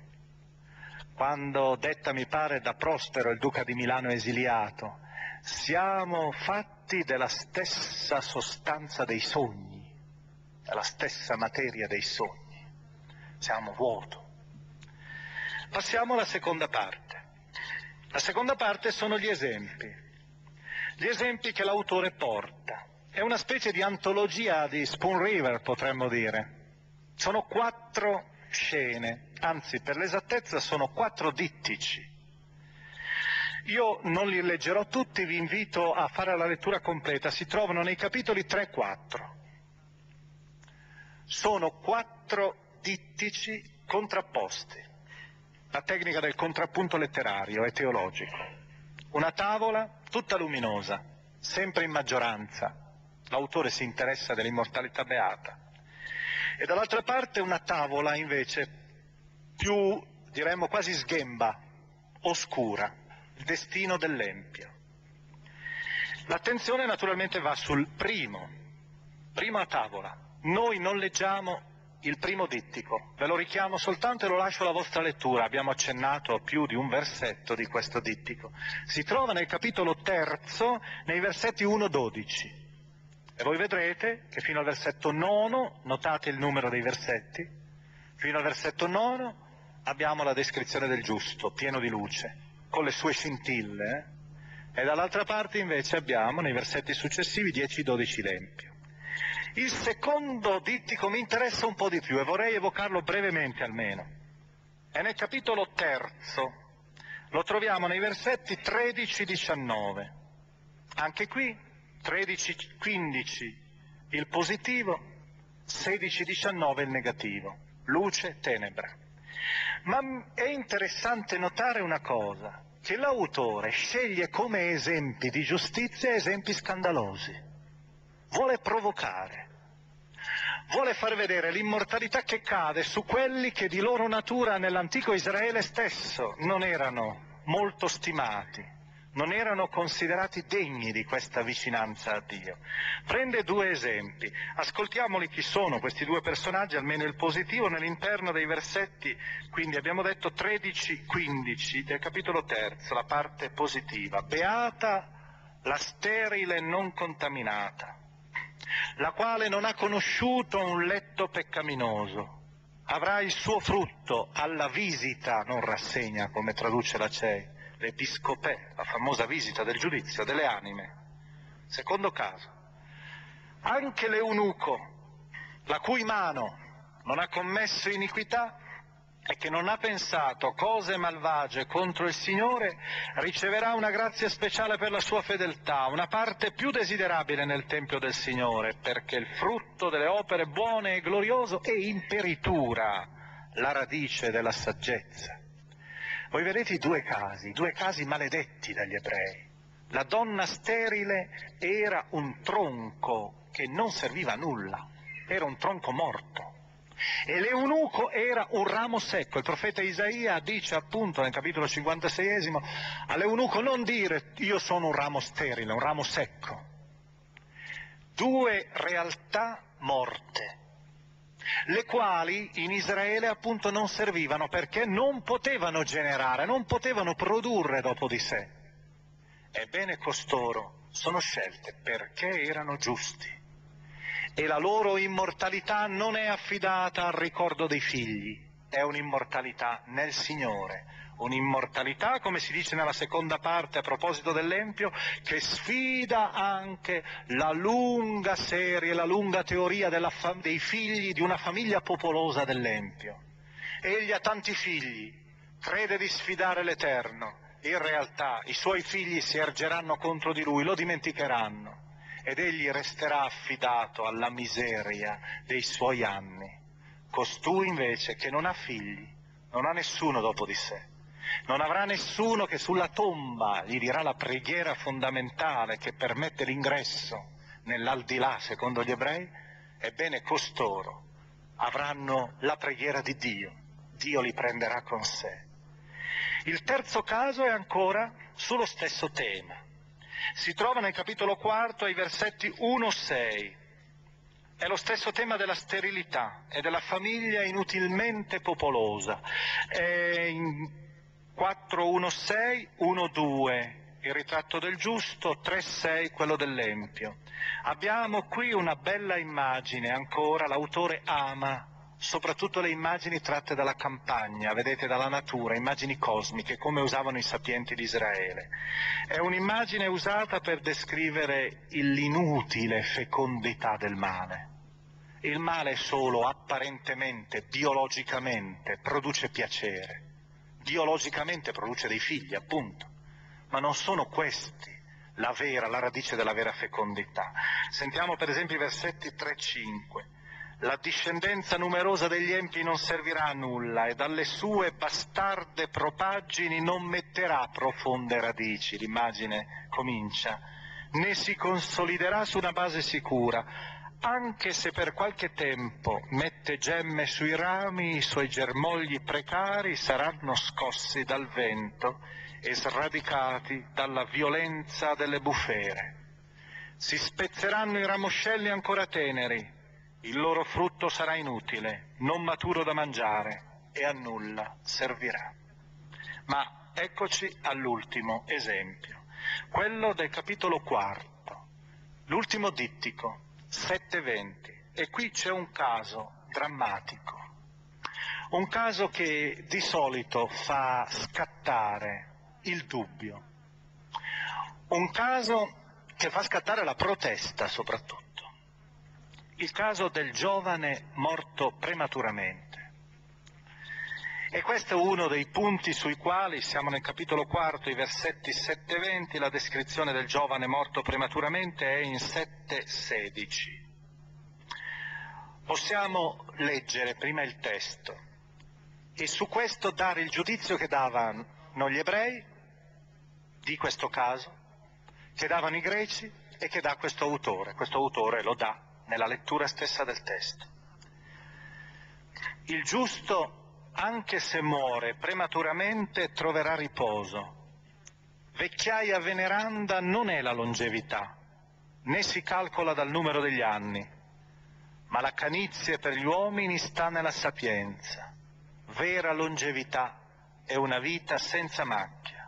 quando detta mi pare da Prospero, il duca di Milano esiliato: siamo fatti della stessa sostanza dei sogni, della stessa materia dei sogni, siamo vuoto. Passiamo alla seconda parte. La seconda parte sono gli esempi che l'autore porta. È una specie di antologia di Spoon River, potremmo dire. Sono 4 scene, anzi per l'esattezza sono 4 dittici. Io non li leggerò tutti, vi invito a fare la lettura completa, si trovano nei capitoli 3 e 4. Sono 4 dittici contrapposti, la tecnica del contrappunto letterario e teologico. Una tavola tutta luminosa, sempre in maggioranza, l'autore si interessa dell'immortalità beata, e dall'altra parte una tavola invece più, diremmo quasi sghemba, oscura, il destino dell'empio. L'attenzione naturalmente va sul prima tavola. Noi non leggiamo il primo dittico, ve lo richiamo soltanto e lo lascio alla vostra lettura. Abbiamo accennato a più di un versetto di questo dittico. Si trova nel capitolo 3, nei versetti 1-12. E voi vedrete che fino al versetto 9, notate il numero dei versetti, fino al versetto 9 abbiamo la descrizione del giusto, pieno di luce, con le sue scintille, e dall'altra parte invece abbiamo, nei versetti successivi, 10-12 l'empio. Il secondo dittico mi interessa un po' di più e vorrei evocarlo brevemente almeno. È nel capitolo 3, lo troviamo nei versetti 13-19. Anche qui 13-15 il positivo, 16-19 il negativo, luce, tenebra. Ma è interessante notare una cosa, che l'autore sceglie come esempi di giustizia esempi scandalosi. Vuole provocare, vuole far vedere l'immortalità che cade su quelli che di loro natura nell'antico Israele stesso non erano molto stimati, non erano considerati degni di questa vicinanza a Dio. Prende due esempi, ascoltiamoli chi sono questi due personaggi, almeno il positivo, nell'interno dei versetti, quindi abbiamo detto 13-15 del capitolo 3, la parte positiva. Beata la sterile non contaminata, la quale non ha conosciuto un letto peccaminoso, avrà il suo frutto alla visita, non rassegna come traduce la CEI, l'episcopè, la famosa visita del giudizio delle anime. Secondo caso, anche l'eunuco, la cui mano non ha commesso iniquità e che non ha pensato cose malvagie contro il Signore, riceverà una grazia speciale per la sua fedeltà, una parte più desiderabile nel Tempio del Signore, perché il frutto delle opere buone e glorioso è imperitura, la radice della saggezza. Voi vedete i due casi maledetti dagli ebrei. La donna sterile era un tronco che non serviva a nulla, era un tronco morto. E l'eunuco era un ramo secco. Il profeta Isaia dice appunto nel capitolo 56 all'eunuco: non dire io sono un ramo sterile, un ramo secco. Due realtà morte, le quali in Israele appunto non servivano perché non potevano generare, non potevano produrre dopo di sé. Ebbene costoro sono scelte perché erano giusti e la loro immortalità non è affidata al ricordo dei figli, è un'immortalità nel Signore, un'immortalità, come si dice nella seconda parte a proposito dell'Empio, che sfida anche la lunga serie, la lunga teoria dei figli di una famiglia popolosa dell'Empio. Egli ha tanti figli, crede di sfidare l'Eterno, in realtà i suoi figli si ergeranno contro di lui, lo dimenticheranno, ed egli resterà affidato alla miseria dei suoi anni. Costui invece, che non ha figli, non ha nessuno dopo di sé, non avrà nessuno che sulla tomba gli dirà la preghiera fondamentale che permette l'ingresso nell'aldilà secondo gli ebrei, ebbene costoro avranno la preghiera di Dio, Dio li prenderà con sé. Il terzo caso è ancora sullo stesso tema. Si trova nel capitolo 4 ai versetti 1-6. È lo stesso tema della sterilità e della famiglia inutilmente popolosa. È in 4:1-6, 1:2 il ritratto del giusto, 3:6 quello dell'empio. Abbiamo qui una bella immagine, ancora l'autore ama soprattutto le immagini tratte dalla campagna, vedete, dalla natura, immagini cosmiche, come usavano i sapienti di Israele. È un'immagine usata per descrivere l'inutile fecondità del male. Il male solo apparentemente, biologicamente, produce piacere. Biologicamente produce dei figli, appunto. Ma non sono questi la radice della vera fecondità. Sentiamo per esempio i versetti 3-5. La discendenza numerosa degli empi non servirà a nulla e dalle sue bastarde propaggini non metterà profonde radici. L'immagine comincia. Né si consoliderà su una base sicura, anche se per qualche tempo mette gemme sui rami, i suoi germogli precari saranno scossi dal vento e sradicati dalla violenza delle bufere. Si spezzeranno i ramoscelli ancora teneri, il loro frutto sarà inutile, non maturo da mangiare e a nulla servirà. Ma eccoci all'ultimo esempio, quello del capitolo 4, l'ultimo dittico, 7:20. E qui c'è un caso drammatico, un caso che di solito fa scattare il dubbio, un caso che fa scattare la protesta soprattutto. Il caso del giovane morto prematuramente. E questo è uno dei punti sui quali, siamo nel capitolo 4, i versetti 7-20, la descrizione del giovane morto prematuramente è in 7-16. Possiamo leggere prima il testo e su questo dare il giudizio che davano gli ebrei di questo caso che davano i greci e che dà questo autore lo dà nella lettura stessa del testo. Il giusto, anche se muore prematuramente, troverà riposo. Vecchiaia veneranda non è la longevità, né si calcola dal numero degli anni, ma la canizie per gli uomini sta nella sapienza. Vera longevità è una vita senza macchia.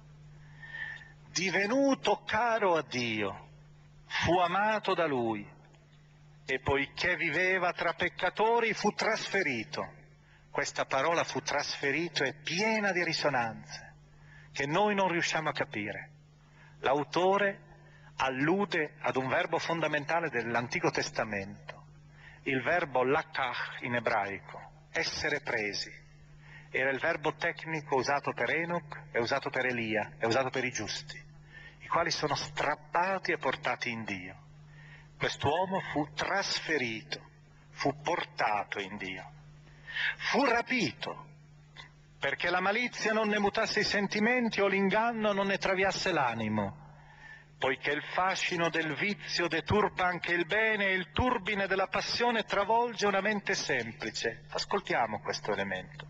Divenuto caro a Dio, fu amato da Lui, e poiché viveva tra peccatori fu trasferito. Questa parola fu trasferito è piena di risonanze che noi non riusciamo a capire. L'autore allude ad un verbo fondamentale dell'Antico Testamento, il verbo lakach in ebraico, essere presi. Era il verbo tecnico usato per Enoch, è usato per Elia, è usato per i giusti, i quali sono strappati e portati in Dio. Quest'uomo fu trasferito, fu portato in Dio, fu rapito, perché la malizia non ne mutasse i sentimenti o l'inganno non ne traviasse l'animo, poiché il fascino del vizio deturpa anche il bene e il turbine della passione travolge una mente semplice. Ascoltiamo questo elemento.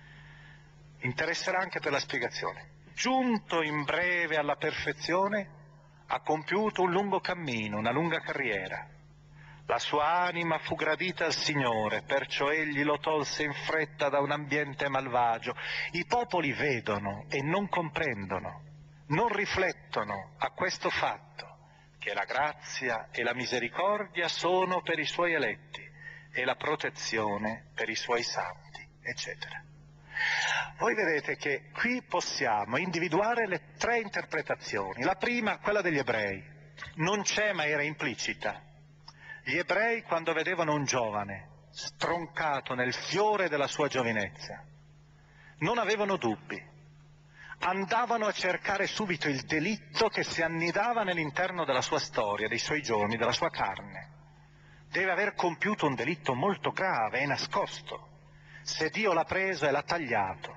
Interesserà anche per la spiegazione. Giunto in breve alla perfezione, ha compiuto un lungo cammino, una lunga carriera. La sua anima fu gradita al Signore, perciò egli lo tolse in fretta da un ambiente malvagio. I popoli vedono e non comprendono, non riflettono a questo fatto, che la grazia e la misericordia sono per i suoi eletti e la protezione per i suoi santi, eccetera. Voi vedete che qui possiamo individuare le tre interpretazioni. La prima, quella degli ebrei, non c'è ma era implicita. Gli ebrei, quando vedevano un giovane stroncato nel fiore della sua giovinezza, non avevano dubbi, andavano a cercare subito il delitto che si annidava nell'interno della sua storia, dei suoi giorni, della sua carne. Deve aver compiuto un delitto molto grave e nascosto. Se Dio l'ha preso e l'ha tagliato.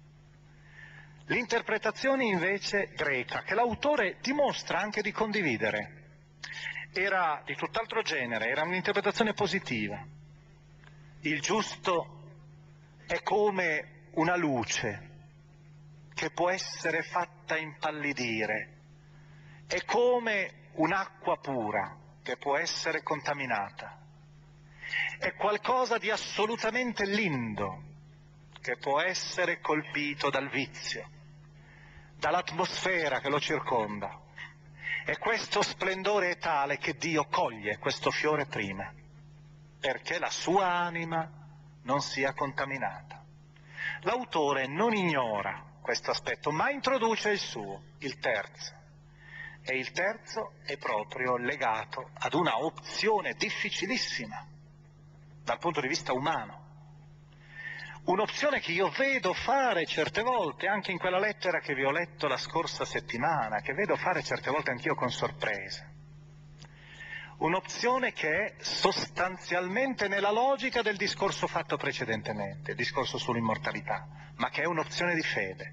L'interpretazione invece greca, che l'autore dimostra anche di condividere, era di tutt'altro genere, era un'interpretazione positiva. Il giusto è come una luce che può essere fatta impallidire, è come un'acqua pura che può essere contaminata. È qualcosa di assolutamente lindo che può essere colpito dal vizio, dall'atmosfera che lo circonda. E questo splendore è tale che Dio coglie questo fiore prima, perché la sua anima non sia contaminata. L'autore non ignora questo aspetto, ma introduce il suo, il terzo. E il terzo è proprio legato ad una opzione difficilissima dal punto di vista umano. Un'opzione che io vedo fare certe volte, anche in quella lettera che vi ho letto la scorsa settimana, che vedo fare certe volte anch'io con sorpresa. Un'opzione che è sostanzialmente nella logica del discorso fatto precedentemente, il discorso sull'immortalità, ma che è un'opzione di fede.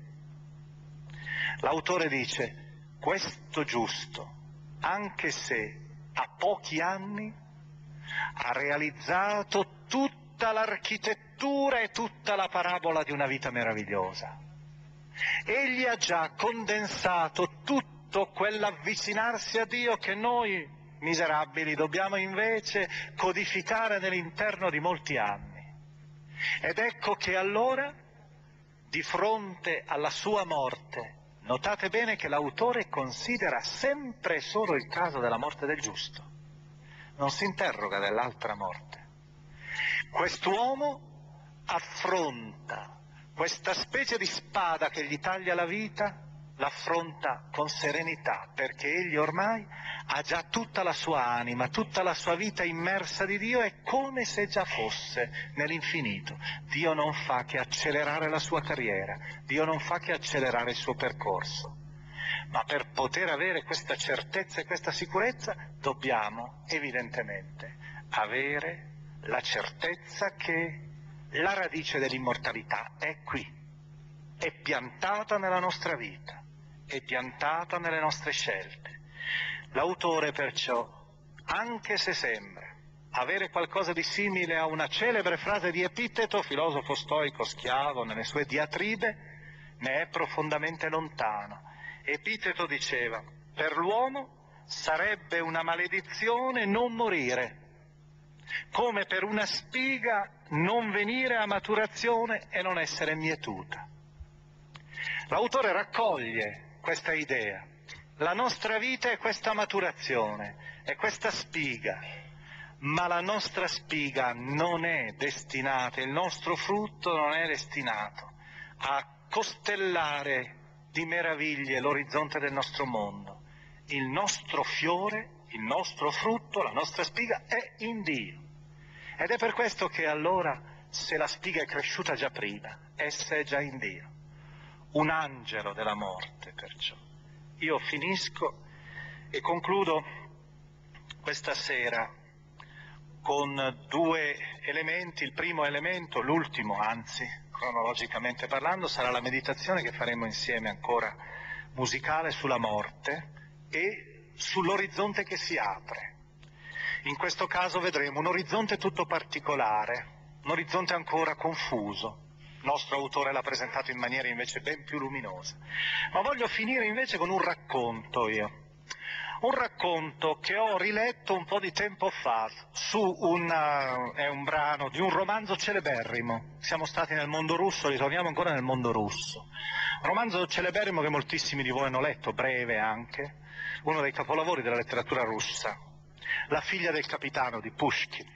L'autore dice: questo giusto, anche se ha pochi anni, ha realizzato tutta l'architettura e tutta la parabola di una vita meravigliosa. Egli ha già condensato tutto quell'avvicinarsi a Dio che noi, miserabili, dobbiamo invece codificare nell'interno di molti anni. Ed ecco che allora, di fronte alla sua morte, notate bene che l'autore considera sempre e solo il caso della morte del giusto. Non si interroga dell'altra morte. Quest'uomo affronta questa specie di spada che gli taglia la vita, l'affronta con serenità, perché egli ormai ha già tutta la sua anima, tutta la sua vita immersa di Dio, è come se già fosse nell'infinito. Dio non fa che accelerare la sua carriera, Dio non fa che accelerare il suo percorso. Ma per poter avere questa certezza e questa sicurezza dobbiamo evidentemente avere la certezza che la radice dell'immortalità è qui, è piantata nella nostra vita è piantata nelle nostre scelte. L'autore perciò, anche se sembra avere qualcosa di simile a una celebre frase di Epitteto, filosofo stoico schiavo nelle sue diatribe, ne è profondamente lontano. Epitteto diceva: per l'uomo sarebbe una maledizione non morire, come per una spiga non venire a maturazione e non essere mietuta. L'autore raccoglie questa idea. La nostra vita è questa maturazione, è questa spiga, ma la nostra spiga non è destinata, il nostro frutto non è destinato a costellare di meraviglie l'orizzonte del nostro mondo. Il nostro fiore, il nostro frutto, la nostra spiga è in Dio. Ed è per questo che allora, se la spiga è cresciuta già prima, essa è già in Dio. Un angelo della morte, perciò. Io finisco e concludo questa sera con due elementi. Il primo elemento, l'ultimo anzi, cronologicamente parlando, sarà la meditazione che faremo insieme ancora, musicale, sulla morte e sull'orizzonte che si apre. In questo caso vedremo un orizzonte tutto particolare, un orizzonte ancora confuso. Il nostro autore l'ha presentato in maniera invece ben più luminosa. Ma voglio finire invece con un racconto io. Un racconto che ho riletto un po' di tempo fa è un brano di un romanzo celeberrimo. Siamo stati nel mondo russo, ritorniamo ancora nel mondo russo. Un romanzo celeberrimo che moltissimi di voi hanno letto, breve anche, uno dei capolavori della letteratura russa, La figlia del capitano di Pushkin.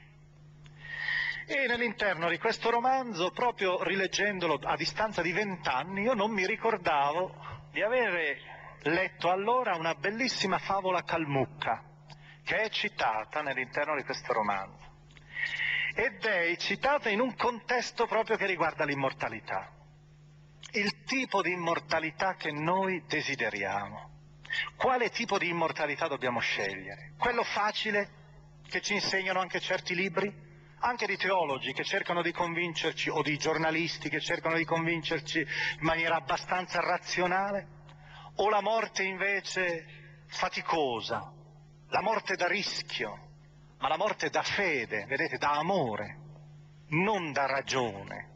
E nell'interno di questo romanzo, proprio rileggendolo a distanza di 20 anni, io non mi ricordavo di avere letto allora una bellissima favola calmucca, che è citata nell'interno di questo romanzo. Ed è citata in un contesto proprio che riguarda l'immortalità. Il tipo di immortalità che noi desideriamo. Quale tipo di immortalità dobbiamo scegliere? Quello facile che ci insegnano anche certi libri? Anche di teologi che cercano di convincerci, o di giornalisti che cercano di convincerci in maniera abbastanza razionale, o la morte invece faticosa, la morte da rischio, ma la morte da fede, vedete, da amore, non da ragione.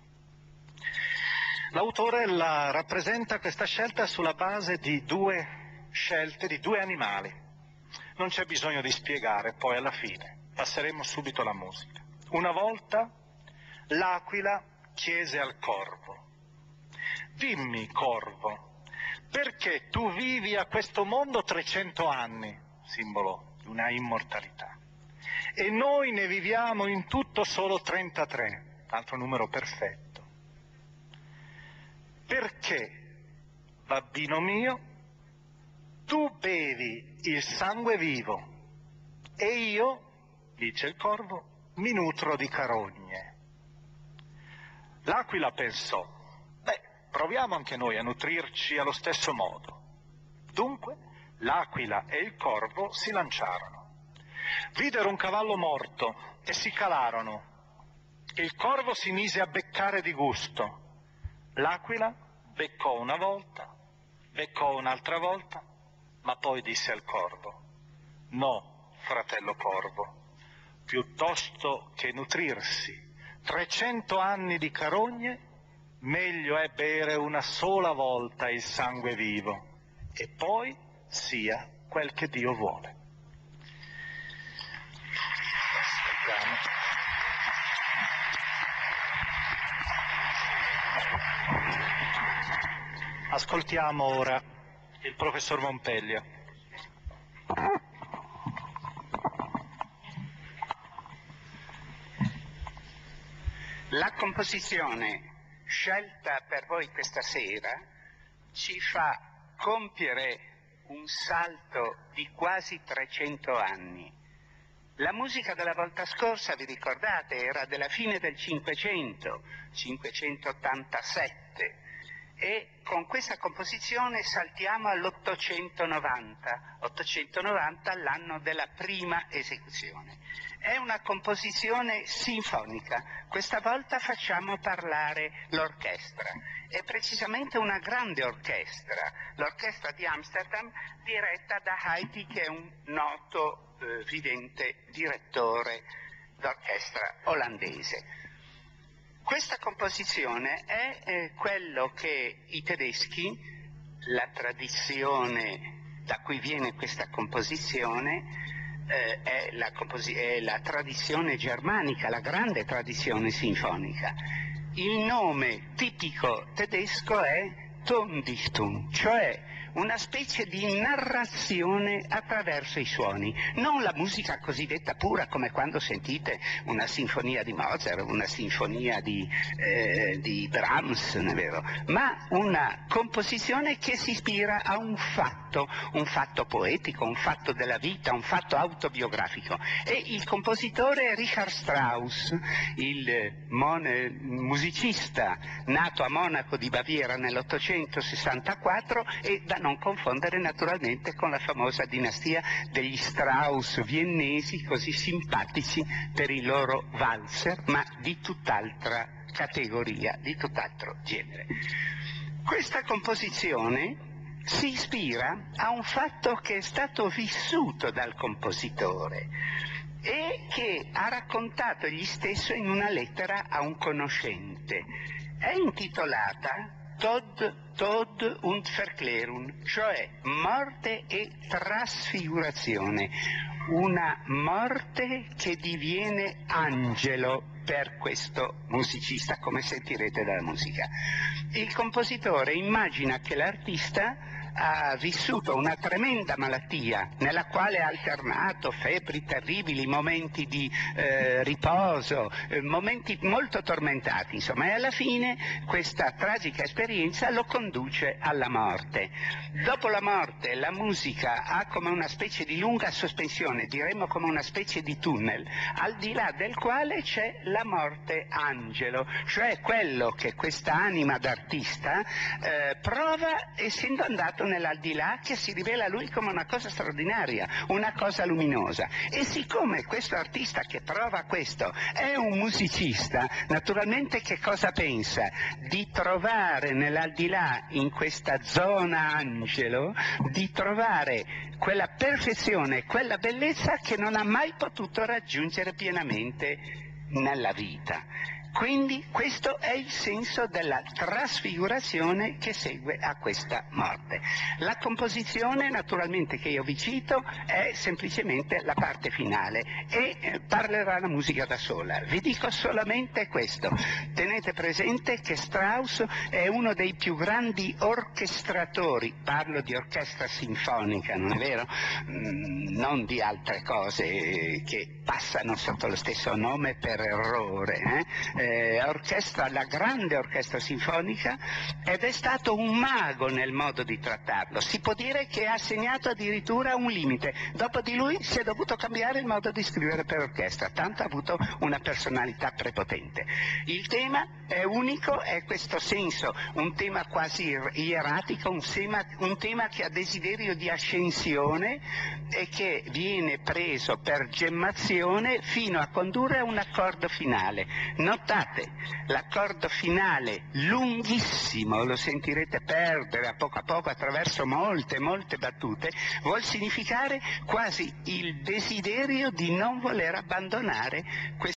L'autore rappresenta questa scelta sulla base di due scelte, di due animali. Non c'è bisogno di spiegare, poi alla fine passeremo subito alla musica. Una volta l'aquila chiese al corvo: dimmi, corvo, perché tu vivi a questo mondo 300 anni, simbolo di una immortalità, e noi ne viviamo in tutto solo 33, altro numero perfetto? Perché, babbino mio, tu bevi il sangue vivo e io, dice il corvo, mi nutro di carogne. L'aquila pensò: proviamo anche noi a nutrirci allo stesso modo. Dunque l'aquila e il corvo si lanciarono. Videro un cavallo morto e si calarono. Il corvo si mise a beccare di gusto. L'aquila beccò una volta, beccò un'altra volta, ma poi disse al corvo: no, fratello corvo, piuttosto che nutrirsi 300 anni di carogne, meglio è bere una sola volta il sangue vivo, e poi sia quel che Dio vuole. Ascoltiamo ora il professor Mompeglia. La composizione scelta per voi questa sera ci fa compiere un salto di quasi 300 anni. La musica della volta scorsa, vi ricordate, era della fine del 500, 587, e con questa composizione saltiamo all'890, l'anno della prima esecuzione. È una composizione sinfonica, questa volta facciamo parlare l'orchestra, è precisamente una grande orchestra, l'orchestra di Amsterdam diretta da Haydn, che è un noto vivente direttore d'orchestra olandese. Questa composizione è quello che i tedeschi, la tradizione da cui viene questa composizione, è la tradizione germanica, la grande tradizione sinfonica. Il nome tipico tedesco è Tondichtung, cioè una specie di narrazione attraverso i suoni, non la musica cosiddetta pura come quando sentite una sinfonia di Mozart, una sinfonia di Brahms, non è vero? Ma una composizione che si ispira a un fatto poetico, un fatto della vita, un fatto autobiografico. E il compositore è Richard Strauss, il musicista nato a Monaco di Baviera nell'864 e da non confondere naturalmente con la famosa dinastia degli Strauss viennesi, così simpatici per i loro valzer, ma di tutt'altra categoria, di tutt'altro genere. Questa composizione si ispira a un fatto che è stato vissuto dal compositore e che ha raccontato egli stesso in una lettera a un conoscente. È intitolata Tod und Verklärung, cioè morte e trasfigurazione, una morte che diviene angelo per questo musicista, come sentirete dalla musica. Il compositore immagina che l'artista ha vissuto una tremenda malattia nella quale ha alternato febbri terribili, momenti di riposo, momenti molto tormentati, insomma, e alla fine questa tragica esperienza lo conduce alla morte. Dopo la morte la musica ha come una specie di lunga sospensione, diremmo come una specie di tunnel, al di là del quale c'è la morte angelo, cioè quello che questa anima d'artista prova essendo andato nell'aldilà, che si rivela a lui come una cosa straordinaria, una cosa luminosa. E siccome questo artista che prova questo è un musicista, naturalmente che cosa pensa? Di trovare nell'aldilà, in questa zona angelo, di trovare quella perfezione, quella bellezza che non ha mai potuto raggiungere pienamente nella vita. Quindi questo è il senso della trasfigurazione che segue a questa morte. La composizione, naturalmente, che io vi cito è semplicemente la parte finale e parlerà la musica da sola. Vi dico solamente questo: tenete presente che Strauss è uno dei più grandi orchestratori, parlo di orchestra sinfonica, non è vero? Non di altre cose che passano sotto lo stesso nome per errore, la grande orchestra sinfonica, ed è stato un mago nel modo di trattarlo. Si può dire che ha segnato addirittura un limite. Dopo di lui si è dovuto cambiare il modo di scrivere per orchestra, tanto ha avuto una personalità prepotente. Il tema è unico, è questo senso, un tema quasi ieratico, un tema che ha desiderio di ascensione e che viene preso per gemmazione fino a condurre a un accordo finale. Notate, l'accordo finale lunghissimo, lo sentirete perdere a poco attraverso molte battute, vuol significare quasi il desiderio di non voler abbandonare questo.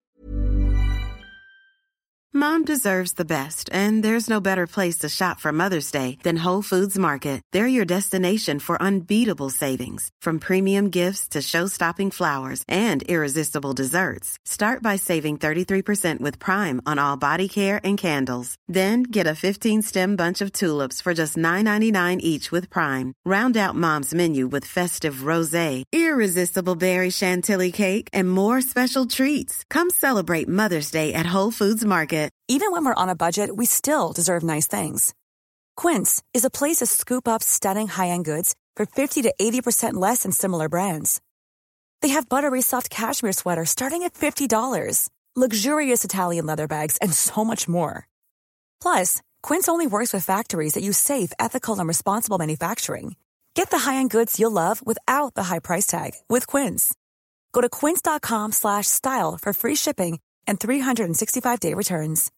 Mom deserves the best, and there's no better place to shop for Mother's Day than Whole Foods Market. They're your destination for unbeatable savings, from premium gifts to show-stopping flowers and irresistible desserts. Start by saving 33% with Prime on all body care and candles. Then get a 15-stem bunch of tulips for just $9.99 each with Prime. Round out Mom's menu with festive rosé, irresistible berry chantilly cake, and more special treats. Come celebrate Mother's Day at Whole Foods Market. Even when we're on a budget, we still deserve nice things. Quince is a place to scoop up stunning high-end goods for 50 to 80% less than similar brands. They have buttery soft cashmere sweaters starting at $50, luxurious Italian leather bags, and so much more. Plus, Quince only works with factories that use safe, ethical, and responsible manufacturing. Get the high-end goods you'll love without the high price tag with Quince. Go to quince.com/style for free shipping and 365-day returns.